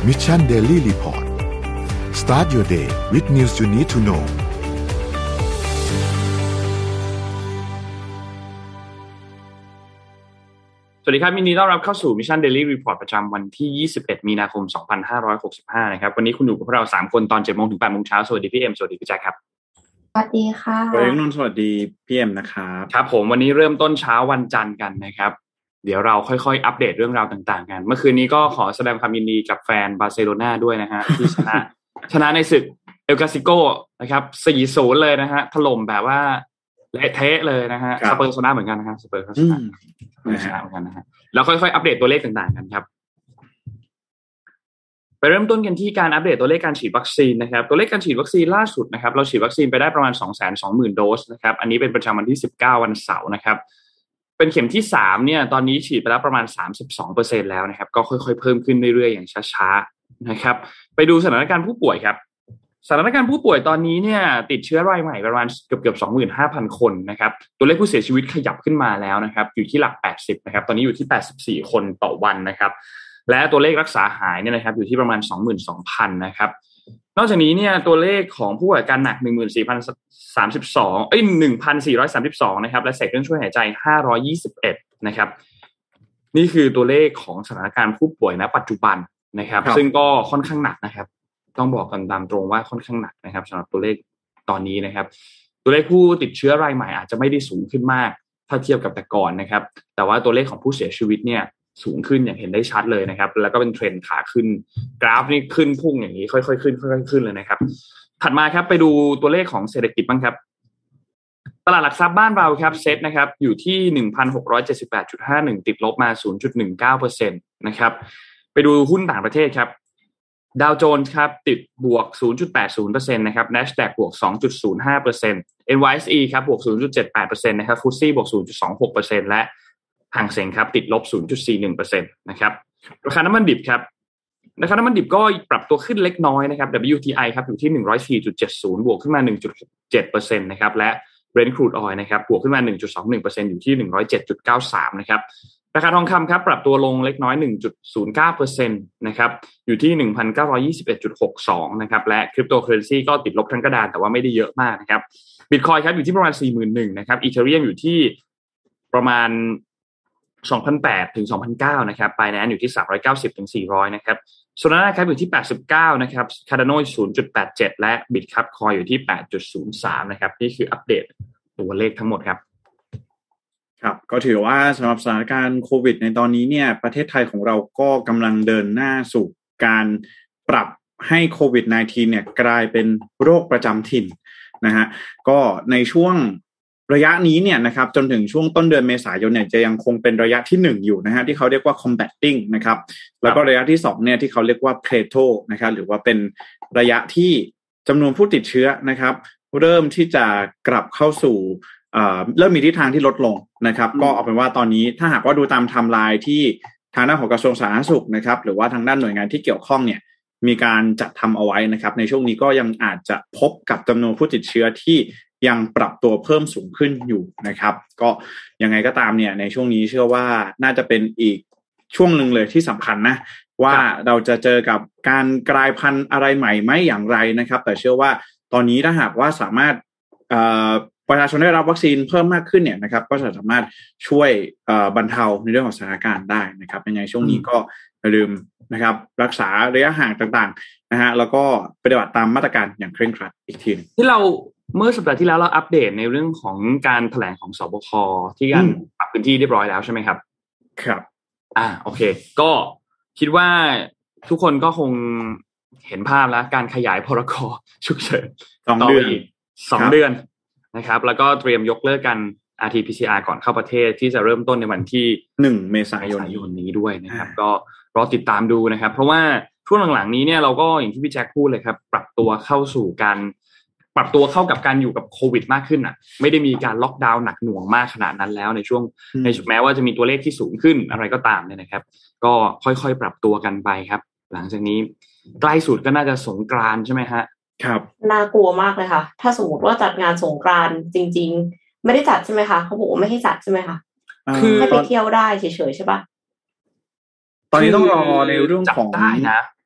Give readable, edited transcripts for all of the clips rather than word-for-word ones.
Mission Daily Report Start your day with news you need to know สวัสดีครับยินดีต้อนรับเข้าสู่ Mission Daily Report ประจำวันที่21มีนาคม2565นะครับวันนี้คุณอยู่กับพวกเรา3คนตอน 7:00 นถึง 8:00 นเช้าสวัสดีพี่เอ็มสวัสดีพี่แจ็คครับสวัสดีค่ะสวัสดีนนท์สวัสดีพี่เอ็มนะครับครับผมวันนี้เริ่มต้นเช้าวันจันทร์กันนะครับเดี๋ยวเราค่อยๆอัปเดตเรื่องราวต่างๆกันเมื่อคืนนี้ก็ขอแสดงความยินดีกับแฟนบาร์เซโลนาด้วยนะฮะที่ชนะในศึกเอลคลาสิโกนะครับ 4-0 เลยนะฮะถล่มแบบว่าเละเทะเลยนะฮะสเปอร์ชนะเหมือนกันนะครับสเปอร์ชนะเหมือนกันนะฮะแล้วค่อยๆอัปเดตตัวเลขต่างๆกันครับไปเริ่มต้นกันที่การอัปเดตตัวเลขการฉีดวัคซีนนะครับตัวเลขการฉีดวัคซีนล่าสุดนะครับเราฉีดวัคซีนไปได้ประมาณ 220,000 โดสนะครับอันนี้เป็นประจำวันที่19วันเสาร์นะครับเป็นเข็มที่3เนี่ยตอนนี้ฉีดไปแล้วประมาณ 32% แล้วนะครับก็ค่อยๆเพิ่มขึ้นเรื่อยๆอย่างช้าๆนะครับไปดูสถานการณ์ผู้ป่วยครับสถานการณ์ผู้ป่วยตอนนี้เนี่ยติดเชื้อรายใหม่ประมาณเกือบ 25,000 คนนะครับตัวเลขผู้เสียชีวิตขยับขึ้นมาแล้วนะครับอยู่ที่หลัก80นะครับตอนนี้อยู่ที่84คนต่อวันนะครับและตัวเลขรักษาหายเนี่ยนะครับอยู่ที่ประมาณ 22,000 นะครับนอกจากนี้เนี่ยตัวเลขของผู้ป่วยอาการหนัก 1,432 นะครับและใส่เครื่องช่วยหายใจ521นะครับนี่คือตัวเลขของสถานการณ์ผู้ป่วยณปัจจุบันนะครับซึ่งก็ค่อนข้างหนักนะครับต้องบอกกันตามตรงว่าค่อนข้างหนักนะครับสำหรับตัวเลขตอนนี้นะครับตัวเลขผู้ติดเชื้อรายใหม่อาจจะไม่ได้สูงขึ้นมากถ้าเทียบกับแต่ก่อนนะครับแต่ว่าตัวเลขของผู้เสียชีวิตเนี่ยสูงขึ้นอย่างเห็นได้ชัดเลยนะครับแล้วก็เป็นเทรนด์ขาขึ้นกราฟนี่ขึ้นพุ่งอย่างนี้ค่อยๆขึ้นค่อยๆขึ้นเลยนะครับถัดมาครับไปดูตัวเลขของเศรษฐกิจบ้างครับตลาดหลักทรัพย์บ้านเราครับเซ็ตนะครับอยู่ที่ 1,678.51 ติดลบมา 0.19% นะครับไปดูหุ้นต่างประเทศครับดาวโจนส์ครับติดบวก 0.80% นะครับ NASDAQ บวก 2.05% NYSE ครับบวก 0.78% นะครับ FTSE บวก 0.26% และห่างเส็งครับติดลบ 0.41% นะครับราคาน้ำมันดิบครับราคาน้ำมันดิบก็ปรับตัวขึ้นเล็กน้อยนะครับ WTI ครับอยู่ที่ 104.70 บวกขึ้นมา 1.7% นะครับและ Brent crude oil นะครับบวกขึ้นมา 1.21% อยู่ที่ 107.93 นะครับราคาทองคำครับปรับตัวลงเล็กน้อย 1.09% นะครับอยู่ที่ 1,921.62 นะครับและคริปโตเคอเรนซีก็ติดลบทั้งกระดานแต่ว่าไม่ได้เยอะมากนะครับ Bitcoin ครับอยู่ที่ประมาณ 41,000 นะครับ Ethereum อยู่ที่ประมาณ 2,800 ถึง 2,900 นะครับ Binance อยู่ที่ 390 ถึง 400 นะครับ Solana ครับอยู่ที่ 89 นะครับ Cardano 0.87 และ Bitcoin อยู่ที่ 8.03 นะครับนี่คืออัปเดตตัวเลขทั้งหมดครับครับก็ถือว่าสำหรับสถานการณ์โควิดในตอนนี้เนี่ยประเทศไทยของเราก็กำลังเดินหน้าสู่การปรับให้โควิด -19 เนี่ยกลายเป็นโรคประจำถิ่นนะฮะก็ในช่วงระยะนี้เนี่ยนะครับจนถึงช่วงต้นเดือนเมษายนเนี่ยจะยังคงเป็นระยะที่1อยู่นะฮะที่เขาเรียกว่า combating นะครับแล้วก็ระยะที่2เนี่ยที่เขาเรียกว่า plateau นะครับหรือว่าเป็นระยะที่จำนวนผู้ติดเชื้อนะครับเริ่มที่จะกลับเข้าสู่เริ่มมีทิศทางที่ลดลงนะครับก็เอาเป็นว่าตอนนี้ถ้าหากว่าดูตามไทม์ไลน์ที่ทางด้านของกระทรวงสาธารณสุขนะครับหรือว่าทางด้านหน่วยงานที่เกี่ยวข้องเนี่ยมีการจัดทำเอาไว้นะครับในช่วงนี้ก็ยังอาจจะพบกับจำนวนผู้ติดเชื้อที่ยังปรับตัวเพิ่มสูงขึ้นอยู่นะครับก็ยังไงก็ตามเนี่ยในช่วงนี้เชื่อว่าน่าจะเป็นอีกช่วงนึงเลยที่สำคัญนะว่าเราจะเจอกับการกลายพันธุ์อะไรใหม่ไหมอย่างไรนะครับแต่เชื่อว่าตอนนี้ถ้าหากว่าสามารถประชาชนได้รับวัคซีนเพิ่มมากขึ้นเนี่ยนะครับก็จะสามารถช่วยบรรเทาในเรื่องของสถานการณ์ได้นะครับยังไงช่วงนี้ก็อย่าลืมนะครับรักษาระยะห่างต่างๆนะฮะแล้วก็ปฏิบัติตามมาตรการอย่างเคร่งครัดอีกทีที่เราเมื่อสัปดาห์ที่แล้วเราอัปเดตในเรื่องของการแถลงของสบคที่การปรับพื้นที่เรียบร้อยแล้วใช่ไหมครับครับโอเคก็คิดว่าทุกคนก็คงเห็นภาพแล้วการขยายพรกฉุกเฉิน 2 เดือน 2 เดือนนะครับแล้วก็เตรียมยกเลิกกัน RT-PCR ก่อนเข้าประเทศที่จะเริ่มต้นในวันที่ 1 เมษายนนี้ด้วยนะครับก็รอติดตามดูนะครับเพราะว่าช่วงหลังๆนี้เนี่ยเราก็อย่างที่พี่แจ็คพูดเลยครับปรับตัวเข้ากับการอยู่กับโควิดมากขึ้นอ่ะไม่ได้มีการล็อกดาวน์หนักหน่วงมากขนาดนั้นแล้วในช่วงแม้ว่าจะมีตัวเลขที่สูงขึ้นอะไรก็ตามเนี่ยนะครับก็ค่อยๆปรับตัวกันไปครับหลังจากนี้ใกล้สุดก็น่าจะสงกรานต์ใช่ไหมฮะครับน่ากลัวมากเลยค่ะถ้าสมมติว่าจัดงานสงกรานต์จริงๆไม่ได้จัดใช่ไหมคะเขาบอกว่าไม่ให้จัดใช่ไหมคะคือให้ไปเที่ยวได้เฉยๆใช่ป่ะตอนนี้ต้องรอในเรื่องของได้นะ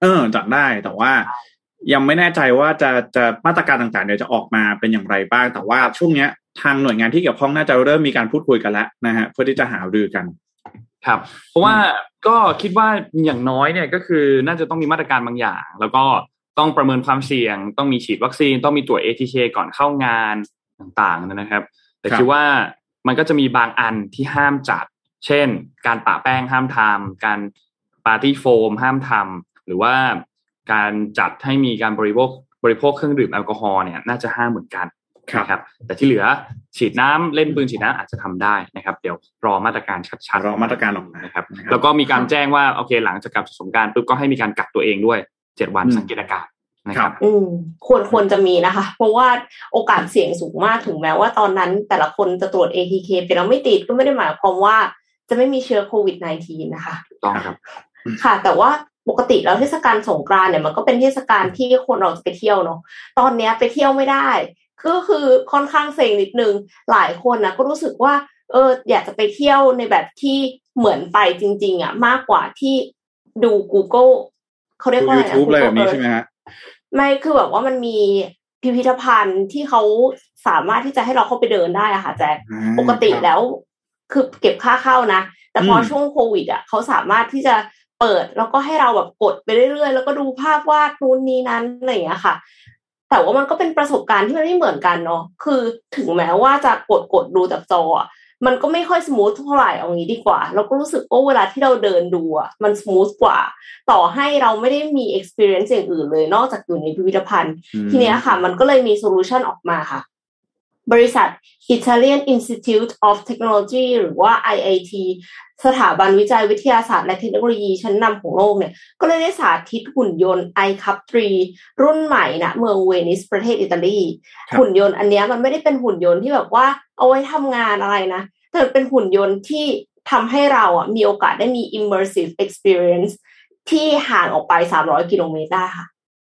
จัดได้แต่ว่ายังไม่แน่ใจว่าจะมาตรการต่างๆเดี๋ยวจะออกมาเป็นอย่างไรบ้างแต่ว่าช่วงเนี้ยทางหน่วยงานที่เกี่ยวข้องน่าจะเริ่มมีการพูดคุยกันแล้วนะฮะเพื่อที่จะหารือกันครับเพราะว่าก็คิดว่าอย่างน้อยเนี่ยก็คือน่าจะต้องมีมาตรการบางอย่างแล้วก็ต้องประเมินความเสี่ยงต้องมีฉีดวัคซีนต้องมีตรวจ ATK ก่อนเข้างานต่างๆนะครับแต่คิดว่ามันก็จะมีบางอันที่ห้ามจัดเช่นการปะแป้งห้ามทำการปาร์ตี้โฟมห้ามทำหรือว่าการจัดให้มีการบริโภคเครื่องดื่มแอลกอฮอล์เนี่ยน่าจะห้ามเหมือนกันนะครับแต่ที่เหลือฉีดน้ำเล่นปืนฉีดน้ำอาจจะทำได้นะครับเดี๋ยวรอมาตรการชัดๆรอมาตรการออกมานะครับแล้วก็มีการแจ้งว่าโอเคหลังจากกลับจากสงกรานต์ปุ๊บก็ให้มีการกักตัวเองด้วย7วันสังเกตอาการนะครับควรจะมีนะคะเพราะว่าโอกาสเสี่ยงสูงมากถึงแม้ว่าตอนนั้นแต่ละคนจะตรวจ ATK ไปแล้วไม่ติดก็ไม่ได้หมายความว่าจะไม่มีเชื้อโควิด -19 นะคะถูกต้องครับค่ะแต่ว่าปกติแล้วเทศกาลสงกรานต์เนี่ยมันก็เป็นเทศกาลที่คนเราจะไปเที่ยวเนาะตอนนี้ไปเที่ยวไม่ได้ก็คือค่อนข้างเซ็งนิดนึงหลายคนนะก็รู้สึกว่าอยากจะไปเที่ยวในแบบที่เหมือนไปจริงๆมากกว่าที่ดู Google เขาเรียกว่าอะไรนะ YouTube อะไรแบบนี้ใช่ไหมฮะไม่คือแบบว่ามันมีพิพิธภัณฑ์ที่เขาสามารถที่จะให้เราเข้าไปเดินได้อะค่ะแจ๊คปกติแล้วคือเก็บค่าเข้านะแต่พอช่วงโควิดเขาสามารถที่จะเปิดแล้วก็ให้เราแบบกดไปเรื่อยๆแล้วก็ดูภาพวาดนู้นนี้นั้นอะไรอย่างเงี้ยค่ะแต่ว่ามันก็เป็นประสบการณ์ที่มันไม่เหมือนกันเนาะคือถึงแม้ว่าจะกดดูจากจอมันก็ไม่ค่อยสมูทเท่าไหร่เอางี้ดีกว่าเราก็รู้สึกว่าเวลาที่เราเดินดูมันสมูทกว่าต่อให้เราไม่ได้มี experience อย่างอื่นเลยนอกจากอยู่ในพิพิธภัณฑ์ทีเนี้ยค่ะมันก็เลยมีโซลูชันออกมาค่ะบริษัท Italian Institute of Technology หรือว่า IIT สถาบันวิจัยวิทยาศาสตร์และเทคโนโลยีชั้นนำของโลกเนี่ยก็เลยได้สาธิตหุ่นยนต์ iCup3 รุ่นใหม่ณเมืองเวนิสประเทศอิตาลีหุ่นยนต์อันนี้มันไม่ได้เป็นหุ่นยนต์ที่แบบว่าเอาไว้ทำงานอะไรนะแต่เป็นหุ่นยนต์ที่ทำให้เรามีโอกาสได้มี immersive experience ที่ห่างออกไป300กิโลเมตรได้ค่ะ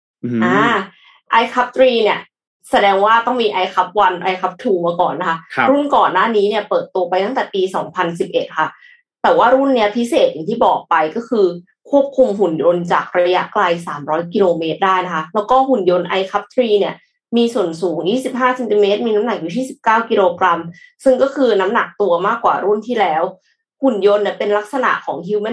iCup3 เนี่ยแสดงว่าต้องมี iCup1 iCup2 มาก่อนนะคะรุ่นก่อนหน้านี้เนี่ยเปิดตัวไปตั้งแต่ปี2011ค่ะแต่ว่ารุ่นเนี้ยพิเศษอย่างที่บอกไปก็คือควบคุมหุ่นยนต์จากระยะไกล300กิโลเมตรได้นะคะแล้วก็หุ่นยนต์ iCup3 เนี่ยมีส่วนสูง25ซมมีน้ำหนักอยู่ที่19กิโลกรัมซึ่งก็คือน้ำหนักตัวมากกว่ารุ่นที่แล้วหุ่นยนต์เนี่ยเป็นลักษณะของ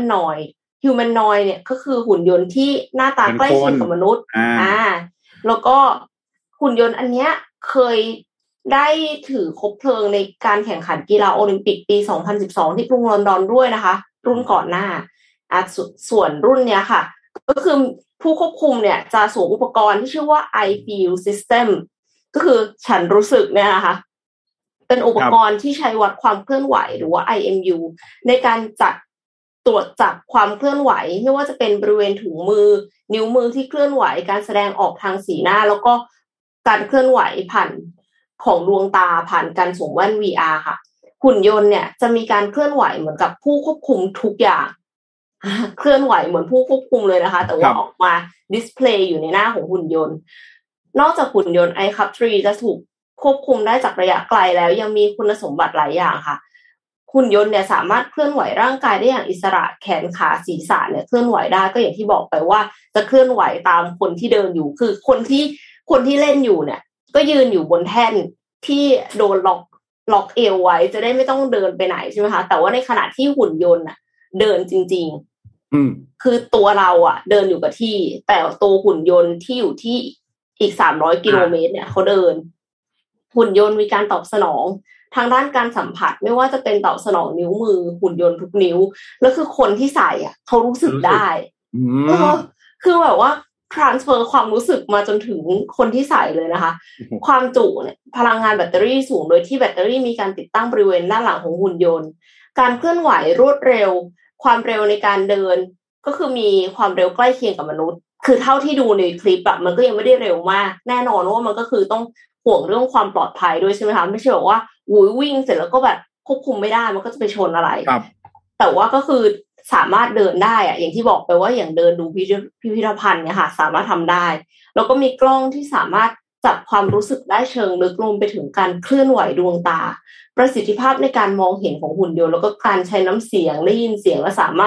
humanoid เนี่ยก็คือหุ่นยนต์ที่หน้าตาใกล้เคียงกับมนุษย์แล้วก็หุ่นยนต์อันเนี้ยเคยได้ถือคบเพลิงในการแข่งขันกีฬาโอลิมปิกปี2012ที่กรุงลอนดอนด้วยนะคะรุ่นก่อนหน้าส่วนรุ่นเนี้ยค่ะก็คือผู้ควบคุมเนี่ยจะสวมอุปกรณ์ที่ชื่อว่า iFeel System ก็คือฉันรู้สึกเนี่ยนะคะเป็นอุปกรณ์ที่ใช้วัดความเคลื่อนไหวหรือว่า IMU ในการตรวจจับความเคลื่อนไหวไม่ว่าจะเป็นบริเวณถุงมือนิ้วมือที่เคลื่อนไหวการแสดงออกทางสีหน้าแล้วก็การเคลื่อนไหวผ่านของดวงตาผ่านการสวมแว่น VR ค่ะหุ่นยนต์เนี่ยจะมีการเคลื่อนไหวเหมือนกับผู้ควบคุมทุกอย่างเคลื่อนไหวเหมือนผู้ควบคุมเลยนะคะแต่ว่าออกมาดิสเพลย์อยู่ในหน้าของหุ่นยนต์นอกจากหุ่นยนต์ iCup3 จะถูกควบคุมได้จากระยะไกลแล้วยังมีคุณสมบัติหลายอย่างค่ะหุ่นยนต์เนี่ยสามารถเคลื่อนไหวร่างกายได้อย่างอิสระแขนขาศีรษะเนี่ยเคลื่อนไหวได้ก็อย่างที่บอกไปว่าจะเคลื่อนไหวตามคนที่เดินอยู่คือคนที่เล่นอยู่เนี่ยก็ยืนอยู่บนแท่นที่โดนล็อกเอวไว้จะได้ไม่ต้องเดินไปไหนใช่ไหมคะแต่ว่าในขณะที่หุ่นยนต์เดินจริงๆคือตัวเราเดินอยู่กับที่แต่ตัวหุ่นยนต์ที่อยู่ที่อีก300กิโลเมตรเนี่ยเขาเดินหุ่นยนต์มีการตอบสนองทางด้านการสัมผัสไม่ว่าจะเป็นตอบสนองนิ้วมือหุ่นยนต์ทุกนิ้วแล้วคือคนที่ใส่เขารู้สึกได้คือแบบว่าtransfer ความรู้สึกมาจนถึงคนที่ใส่เลยนะคะความจุเนี่ยพลังงานแบตเตอรี่สูงโดยที่แบตเตอรี่มีการติดตั้งบริเวณด้านหลังของหุ่นยนต์การเคลื่อนไหวรวดเร็วความเร็วในการเดินก็คือมีความเร็วใกล้เคียงกับมนุษย์คือเท่าที่ดูในคลิปมันก็ยังไม่ได้เร็วมากแน่นอนว่ามันก็คือต้องห่วงเรื่องความปลอดภัยด้วยใช่ไหมคะไม่ใช่แบบว่าวิ่งเสร็จแล้วก็แบบควบคุมไม่ได้มันก็จะไปชนอะไรแต่ว่าก็คือสามารถเดินได้อย่างที่บอกไปว่าอย่างเดินดูพิพิธภัณฑ์เนี่ยค่ะสามารถทำได้แล้วก็มีกล้องที่สามารถจับความรู้สึกได้เชิงลึกรวมไปถึงการเคลื่อนไหวดวงตาประสิทธิภาพในการมองเห็นของหุ่นยนต์แล้วก็การใช้น้ำเสียงได้ยินเสียงและสามารถ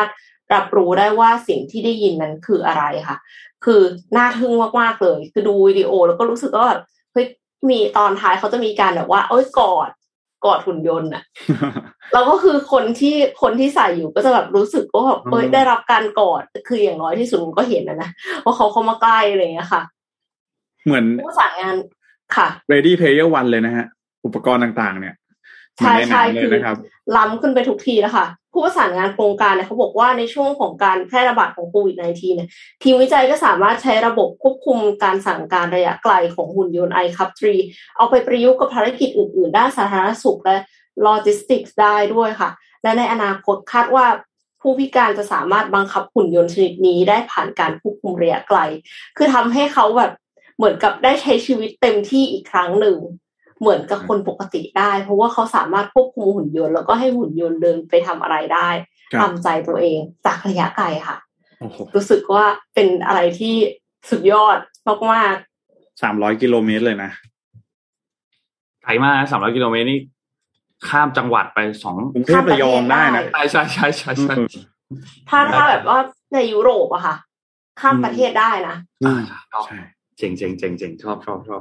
รับรู้ได้ว่าสิ่งที่ได้ยินนั้นคืออะไรค่ะคือน่าทึ่งมากๆเลยคือดูวิดีโอแล้วก็รู้สึกว่าแบบเฮ้ยมีตอนท้ายเขาจะมีการแบบว่าเอ้ยกอดหุ่นยนต์อ่ะ แล้วก็คือคนที่ใส่อยู่ก็จะแบบรู้สึกว่าแบบเอ้ยได้รับการกอดคืออย่างน้อยที่สุดมันก็เห็นนะว่าเขาเข้ามาใกล้อะไรอย่างเงี้ยค่ะเหมือนผู้ประสานงานค่ะ Ready Player One เลยนะฮะอุปกรณ์ต่างๆเนี่ยใช่ๆคือล้ำขึ้นไปทุกทีแล้วค่ะผู้ประสานงานโครงการเนี่ยเขาบอกว่าในช่วงของการแพร่ระบาดของโควิด -19 เนี่ยทีมวิจัยก็สามารถใช้ระบบควบคุมการสั่งการระยะไกลของหุ่นยนต์ iCup3 เอาไปประยุกต์กับภารกิจอื่นๆด้านสาธารณสุขและโลจิสติกส์ได้ด้วยค่ะและในอนาคตคาดว่าผู้พิการจะสามารถบังคับหุ่นยนต์ชนิดนี้ได้ผ่านการควบคุมระยะไกลคือทำให้เขาแบบเหมือนกับได้ใช้ชีวิตเต็มที่อีกครั้งหนึ่งเหมือนกับคนปกติได้เพราะว่าเขาสามารถควบคุมหุ่นยนต์แล้วก็ให้หุ่นยนต์เดินไปทำอะไรได้ตามใจตัวเองจากระยะไกลค่ะรู้สึกว่าเป็นอะไรที่สุดยอดมากๆ300 กิโลเมตรเลยนะไกลมาก300 กิโลเมตรนี่ข้ามจังหวัดไป2 กรุงเทพระยองได้นะใช่ถ้าแบบว่าในยุโรปอะค่ะข้ามประเทศได้นะใช่เจ๋งชอบ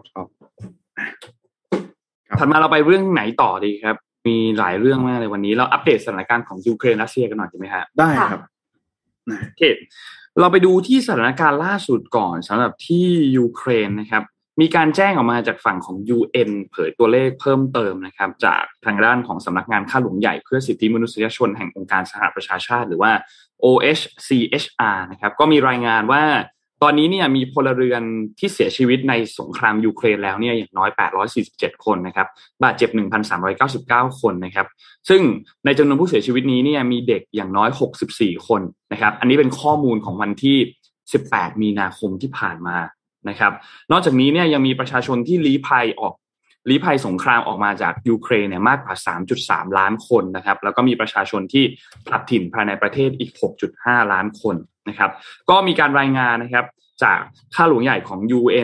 ถัดมาเราไปเรื่องไหนต่อดีครับมีหลายเรื่องมากเลยวันนี้เราอัปเดตสถานการณ์ของยูเครนรัสเซียกันหน่อยดีไหมฮะได้ครับโอเคเราไปดูที่สถานการณ์ล่าสุดก่อนสำหรับที่ยูเครนนะครับมีการแจ้งออกมาจากฝั่งของ UN เผยตัวเลขเพิ่มเติมนะครับจากทางด้านของสำนักงานข้าหลวงใหญ่เพื่อสิทธิมนุษยชนแห่งองค์การสหประชาชาติหรือว่า OHCHR นะครับก็มีรายงานว่าตอนนี้เนี่ยมีพลเรือนที่เสียชีวิตในสงครามยูเครนแล้วเนี่ยอย่างน้อย847คนนะครับบาดเจ็บ 1,399 คนนะครับซึ่งในจำนวนผู้เสียชีวิตนี้เนี่ยมีเด็กอย่างน้อย64คนนะครับอันนี้เป็นข้อมูลของวันที่18มีนาคมที่ผ่านมานะครับนอกจากนี้เนี่ยยังมีประชาชนที่ลี้ภัยสงครามออกมาจากยูเครนเนี่ยมากกว่า 3.3 ล้านคนนะครับแล้วก็มีประชาชนที่กลับถิ่นภายในประเทศอีก 6.5 ล้านคนนะครับก็มีการรายงานนะครับจากข้าหลวงใหญ่ของ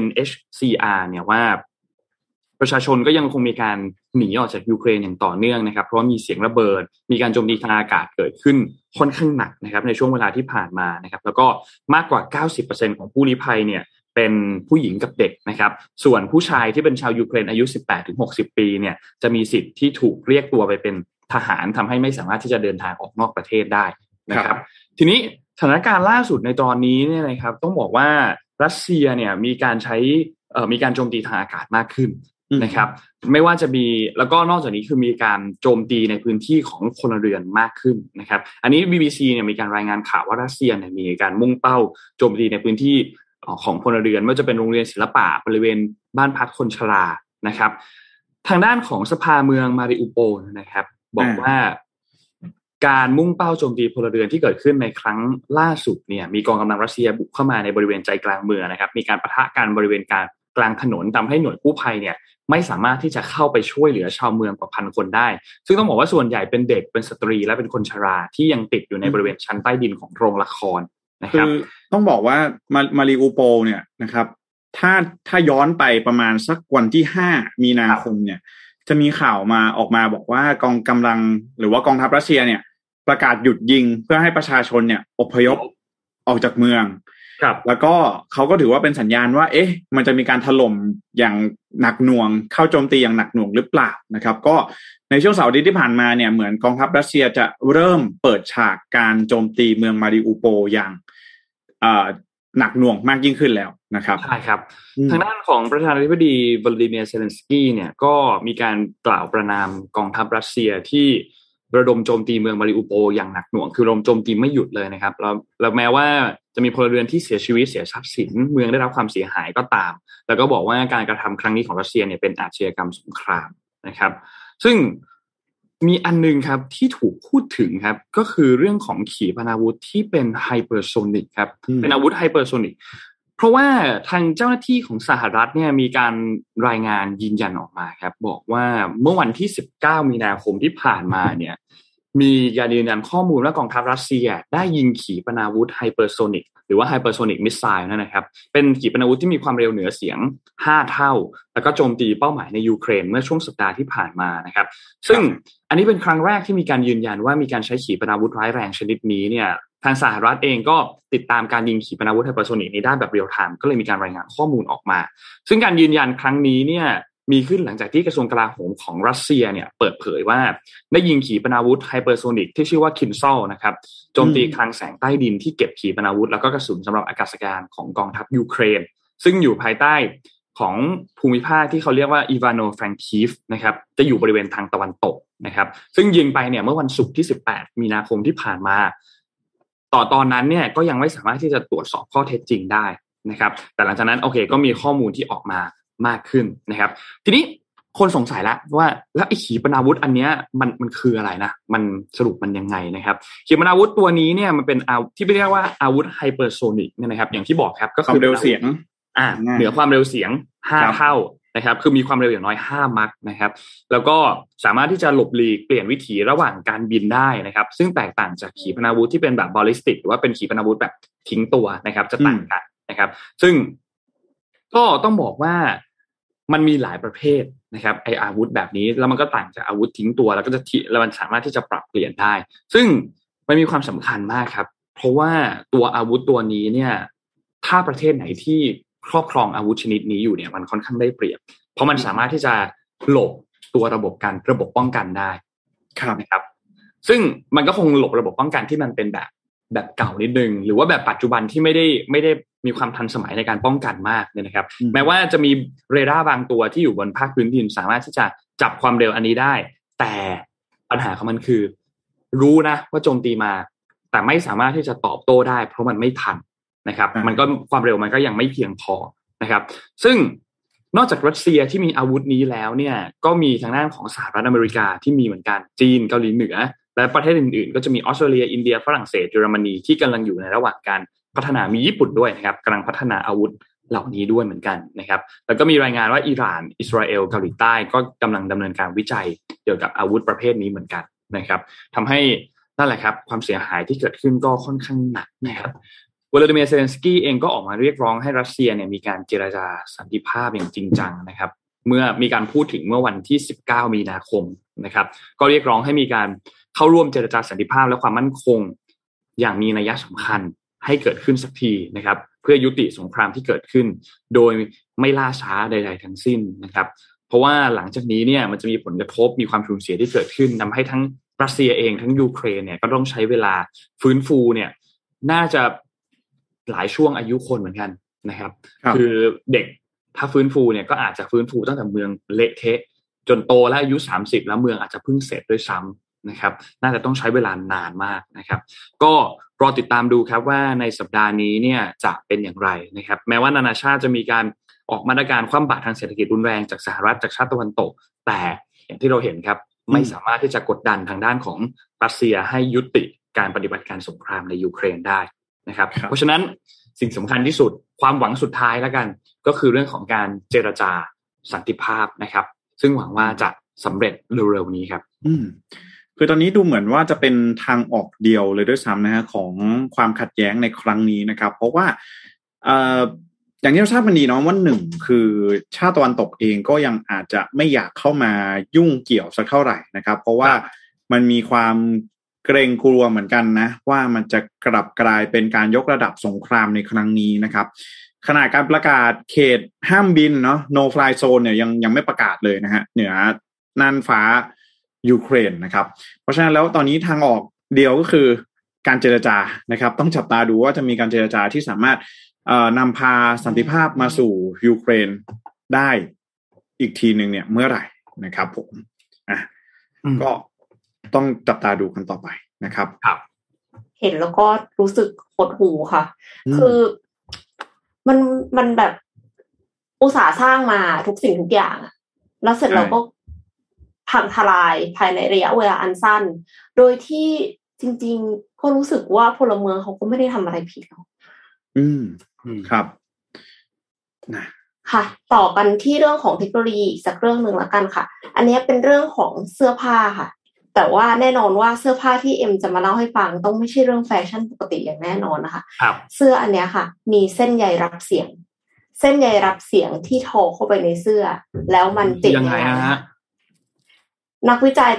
UNHCR เนี่ยว่าประชาชนก็ยังคงมีการหนีออกจากยูเครนอย่างต่อเนื่องนะครับเพราะมีเสียงระเบิดมีการโจมตีทางอากาศเกิดขึ้นค่อนข้างหนักนะครับในช่วงเวลาที่ผ่านมานะครับแล้วก็มากกว่า 90% ของผู้ลี้ภัยเนี่ยเป็นผู้หญิงกับเด็กนะครับส่วนผู้ชายที่เป็นชาวยูเครนอายุ 18-60 ปีเนี่ยจะมีสิทธิ์ที่ถูกเรียกตัวไปเป็นทหารทำให้ไม่สามารถที่จะเดินทางออกนอกประเทศได้นะครับทีนี้สถานการณ์ล่าสุดในตอนนี้เนี่ยนะครับต้องบอกว่ารัสเซียเนี่ยมีการโจมตีทางอากาศมากขึ้นนะครับไม่ว่าจะมีแล้วก็นอกจากนี้คือมีการโจมตีในพื้นที่ของพลเรือนมากขึ้นนะครับอันนี้ BBC เนี่ยมีการรายงานข่าวว่ารัสเซียเนี่ยมีการมุ่งเป้าโจมตีในพื้นที่ของพลเรือนไม่ว่าจะเป็นโรงเรียนศิลปะบริเวณบ้านพักคนชรานะครับทางด้านของสภาเมืองมาริอูโปลนะครับบอกว่าการมุ่งเป้าโจมตีพลเรือนที่เกิดขึ้นในครั้งล่าสุดเนี่ยมีกองกำลังรัสเซียบุกเข้ามาในบริเวณใจกลางเมืองนะครับมีการปะทะกันบริเวณกลางถนนทำให้หน่วยกู้ภัยเนี่ยไม่สามารถที่จะเข้าไปช่วยเหลือชาวเมืองกว่า 1,000 คนได้ซึ่งต้องบอกว่าส่วนใหญ่เป็นเด็กเป็นสตรีและเป็นคนชราที่ยังติดอยู่ในบริเวณชั้นใต้ดินของโรงละครนะครับต้องบอกว่ามาริอูโปลเนี่ยนะครับถ้าย้อนไปประมาณสักวันที่5มีนาคมเนี่ยจะมีข่าวออกมาบอกว่ากองกำลังหรือว่ากองทัพรัสเซียเนี่ยประกาศหยุดยิงเพื่อให้ประชาชนเนี่ยอพยพออกจากเมืองแล้วก็เขาก็ถือว่าเป็นสัญญาณว่ามันจะมีการถล่มอย่างหนักหน่วงเข้าโจมตีอย่างหนักหน่วงหรือเปล่านะครับก็ในช่วงเสาร์อาทิตย์ที่ผ่านมาเนี่ยเหมือนกองทัพรัสเซียจะเริ่มเปิดฉากการโจมตีเมืองมาริอูโปลอย่างหนักหน่วงมากยิ่งขึ้นแล้วนะครับใช่ครับทางด้านของประธานาธิบดีวลาดิเมียร์เซเลนสกี้เนี่ยก็มีการกล่าวประณามกองทัพรัสเซียที่ระดมโจมตีเมืองมาริอูโปลอย่างหนักหน่วงคือระดมโจมตีไม่หยุดเลยนะครับแล้วแม้ว่าจะมีพลเรือนที่เสียชีวิตเสียทรัพย์สินเมืองได้รับความเสียหายก็ตามแล้วก็บอกว่าการกระทำครั้งนี้ของรัสเซียเนี่ยเป็นอาชญากรรมสงครามนะครับซึ่งมีอันนึงครับที่ถูกพูดถึงครับก็คือเรื่องของขีปนาวุธที่เป็นไฮเปอร์โซนิกครับเป็นอาวุธไฮเปอร์โซนิกเพราะว่าทางเจ้าหน้าที่ของสหรัฐเนี่ยมีการรายงานยืนยันออกมาครับบอกว่าเมื่อวันที่19มีนาคมที่ผ่านมาเนี่ยมีการยืนยันข้อมูลว่ากองทัพรัสเซียได้ยิงขีปนาวุธไฮเปอร์โซนิกหรือว่าไฮเปอร์โซนิกมิสไซล์นะครับเป็นขีปนาวุธที่มีความเร็วเหนือเสียง5เท่าแล้วก็โจมตีเป้าหมายในยูเครนเมื่อช่วงสัปดาห์ที่ผ่านมานะครับซึ่งอันนี้เป็นครั้งแรกที่มีการยืนยันว่ามีการใช้ขีปนาวุธร้ายแรงชนิดนี้เนี่ยทางสหรัฐเองก็ติดตามการยิงขีปนาวุธไฮเปอร์โซนิกในด้านแบบเรียลไทม์ก็เลยมีการรายงานข้อมูลออกมาซึ่งการยืนยันครั้งนี้เนี่ยมีขึ้นหลังจากที่กระทรวงกลาโหมของรัสเซียเนี่ยเปิดเผยว่าได้ยิงขีปนาวุธไฮเปอร์โซนิกที่ชื่อว่าคินซอลนะครับโจมตีคลังแสงใต้ดินที่เก็บขีปนาวุธแล้วก็กระสุนสำหรับอากาศยานของกองทัพยูเครนซึ่งอยู่ภายใต้ของภูมิภาคที่เขาเรียกว่าอีวานโนแฟรงคีฟนะครับจะอยู่บริเวณทางตะวันตกนะครับซึ่งยิงไปเนี่ยเมื่อวันศุกร์ที่18มีนาคมที่ผ่านมาตอนนั้นเนี่ยก็ยังไม่สามารถที่จะตรวจสอบข้อเท็จจริงได้นะครับแต่หลังจากนั้นโอเคก็มีข้อมูลที่ออกมามากขึ้นนะครับทีนี้คนสงสัยแล้วว่าแล้วไอ้ขีปนาวุธอันเนี้ยมันคืออะไรนะมันสรุปมันยังไงนะครับขีปนาวุธตัวนี้เนี่ยมันเป็นที่เรียกว่าอาวุธไฮเปอร์โซนิกเนี่ยนะครับอย่างที่บอกครับก็คือเร็วเสียงเหนือความเร็วเสียง5เท่านะครับคือมีความเร็วอย่างน้อย5มัคนะครับแล้วก็สามารถที่จะหลบหลีกเปลี่ยนวิถีระหว่างการบินได้นะครับซึ่งแตกต่างจากขีปนาวุธที่เป็นแบบบอลลิสติกหรือว่าเป็นขีปนาวุธแบบทิ้งตัวนะครับจะต่างกันนะครับซึ่งก็ต้องบอกว่ามันมีหลายประเภทนะครับไออาวุธแบบนี้แล้วมันก็ต่างจากอาวุธทิ้งตัวแล้วก็จะแล้วมันสามารถที่จะปรับเปลี่ยนได้ซึ่งมันมีความสำคัญมากครับเพราะว่าตัวอาวุธตัวนี้เนี่ยถ้าประเทศไหนที่ครอบครองอาวุธชนิดนี้อยู่เนี่ยมันค่อนข้างได้เปรียบเพราะมันสามารถที่จะหลบตัวระบบป้องกันได้นะครับซึ่งมันก็คงหลบระบบป้องกันที่มันเป็นแบบเก่านิดนึงหรือว่าแบบปัจจุบันที่ไม่ได้มีความทันสมัยในการป้องกันมากเนี่ยนะครับแม้ว่าจะมีเรดาร์บางตัวที่อยู่บนภาคพื้นดินสามารถที่จะจับความเร็วอันนี้ได้แต่ปัญหาของมันคือรู้นะว่าโจมตีมาแต่ไม่สามารถที่จะตอบโต้ได้เพราะมันไม่ทันนะครับมันก็ความเร็วมันก็ยังไม่เพียงพอนะครับซึ่งนอกจากรัสเซียที่มีอาวุธนี้แล้วเนี่ยก็มีทางด้านของสหรัฐอเมริกาที่มีเหมือนกันจีนเกาหลีเหนือและประเทศอื่นๆก็จะมีออสเตรเลียอินเดียฝรั่งเศสเยอรมนีที่กำลังอยู่ในระหว่างการพัฒนามีญี่ปุ่นด้วยนะครับกำลังพัฒนาอาวุธเหล่านี้ด้วยเหมือนกันนะครับแล้วก็มีรายงานว่าอิหร่านอิสราเอลเกาหลีใต้ก็กำลังดำเนินการวิจัยเกี่ยวกับอาวุธประเภทนี้เหมือนกันนะครับทำให้นั่นแหละครับความเสียหายที่เกิดขึ้นก็ค่อนข้างหนักนะครับวลาดิเมียร์ เซเลนสกี้เองก็ออกมาเรียกร้องให้รัสเซียเนี่ยมีการเจรจาสันติภาพอย่างจริงจังนะครับเมื่อมีการพูดถึงเมื่อวันที่19มีนาคมนะครับก็เรียกร้องให้มีการเข้าร่วมเจรจาสันติภาพและความมั่นคงอย่างมีนัยสำคัญให้เกิดขึ้นสักทีนะครับเพื่อยุติสงครามที่เกิดขึ้นโดยไม่ล่าช้าใดๆทั้งสิ้นนะครับเพราะว่าหลังจากนี้เนี่ยมันจะมีผลกระทบมีความสูญเสียที่เกิดขึ้นทำให้ทั้งรัสเซียเองทั้งยูเครนเนี่ยก็ต้องใช้เวลาฟื้นฟูเนี่ยน่าจะหลายช่วงอายุคนเหมือนกันนะครับคือเด็กถ้าฟื้นฟูเนี่ยก็อาจจะฟื้นฟูตั้งแต่เมืองเละเทะจนโตแล้วอายุ30แล้วเมืองอาจจะเพิ่งเสร็จด้วยซ้ำนะครับน่าจะต้องใช้เวลานานมากนะครับก็รอติดตามดูครับว่าในสัปดาห์นี้เนี่ยจะเป็นอย่างไรนะครับแม้ว่านานาชาติจะมีการออกมาตรการคว่ำบาตรทางเศรษฐกิจรุนแรงจากสหรัฐจากชาติตะวันตกแต่อย่างที่เราเห็นครับไม่สามารถที่จะกดดันทางด้านของรัสเซียให้ยุติการปฏิบัติการสงครามในยูเครนได้นะครับเพราะฉะนั้นสิ่งสำคัญที่สุดความหวังสุดท้ายแล้วกันก็คือเรื่องของการเจรจาสันติภาพนะครับซึ่งหวังว่าจะสำเร็จเร็วๆนี้ครับคือตอนนี้ดูเหมือนว่าจะเป็นทางออกเดียวเลยด้วยซ้ำนะฮะของความขัดแย้งในครั้งนี้นะครับเพราะว่าอย่างที่เราทราบกันดีเนาะว่าหนึ่งคือชาติตะวันตกเองก็ยังอาจจะไม่อยากเข้ามายุ่งเกี่ยวสักเท่าไหร่นะครับเพราะว่ามันมีความเกรงกลัวเหมือนกันนะว่ามันจะกลับกลายเป็นการยกระดับสงครามในครั้งนี้นะครับขณะการประกาศเขตห้ามบินเนาะ no fly zone เนี่ยยังไม่ประกาศเลยนะฮะเหนือน่านฟ้ายูเครนนะครับเพราะฉะนั้นแล้วตอนนี้ทางออกเดียวก็คือการเจรจานะครับต้องจับตาดูว่าจะมีการเจรจาที่สามารถนำพาสันติภาพมาสู่ยูเครนได้อีกทีนึงเนี่ยเมื่อไหร่นะครับผมก็ต้องจับตาดูกันต่อไปนะครับเห็นแล้วก็รู้สึกหดหู่ค่ะคือมันแบบอุตสาห์สร้างมาทุกสิ่งทุกอย่างแล้วเสร็จเราก็พังทลายภายในระยะเวลาอันสั้นโดยที่จริงๆก็รู้สึกว่าพลเมืองเขาก็ไม่ได้ทำอะไรผิดหรอกครับค่ะต่อกันที่เรื่องของเทคโนโลยีสักเรื่องนึงละกันค่ะอันนี้เป็นเรื่องของเสื้อผ้าค่ะแต่ว่าแน่นอนว่าเสื้อผ้าที่เอ็มจะมาเล่าให้ฟังต้องไม่ใช่เรื่องแฟชั่นปกติอย่างแน่นอนนะคะเสื้ออันนี้ค่ะมีเส้นใยรับเสียงเส้นใยรับเสียงที่ทอเข้าไปในเสื้อแล้วมันติดยังไงนะฮะนักวิจัยจาก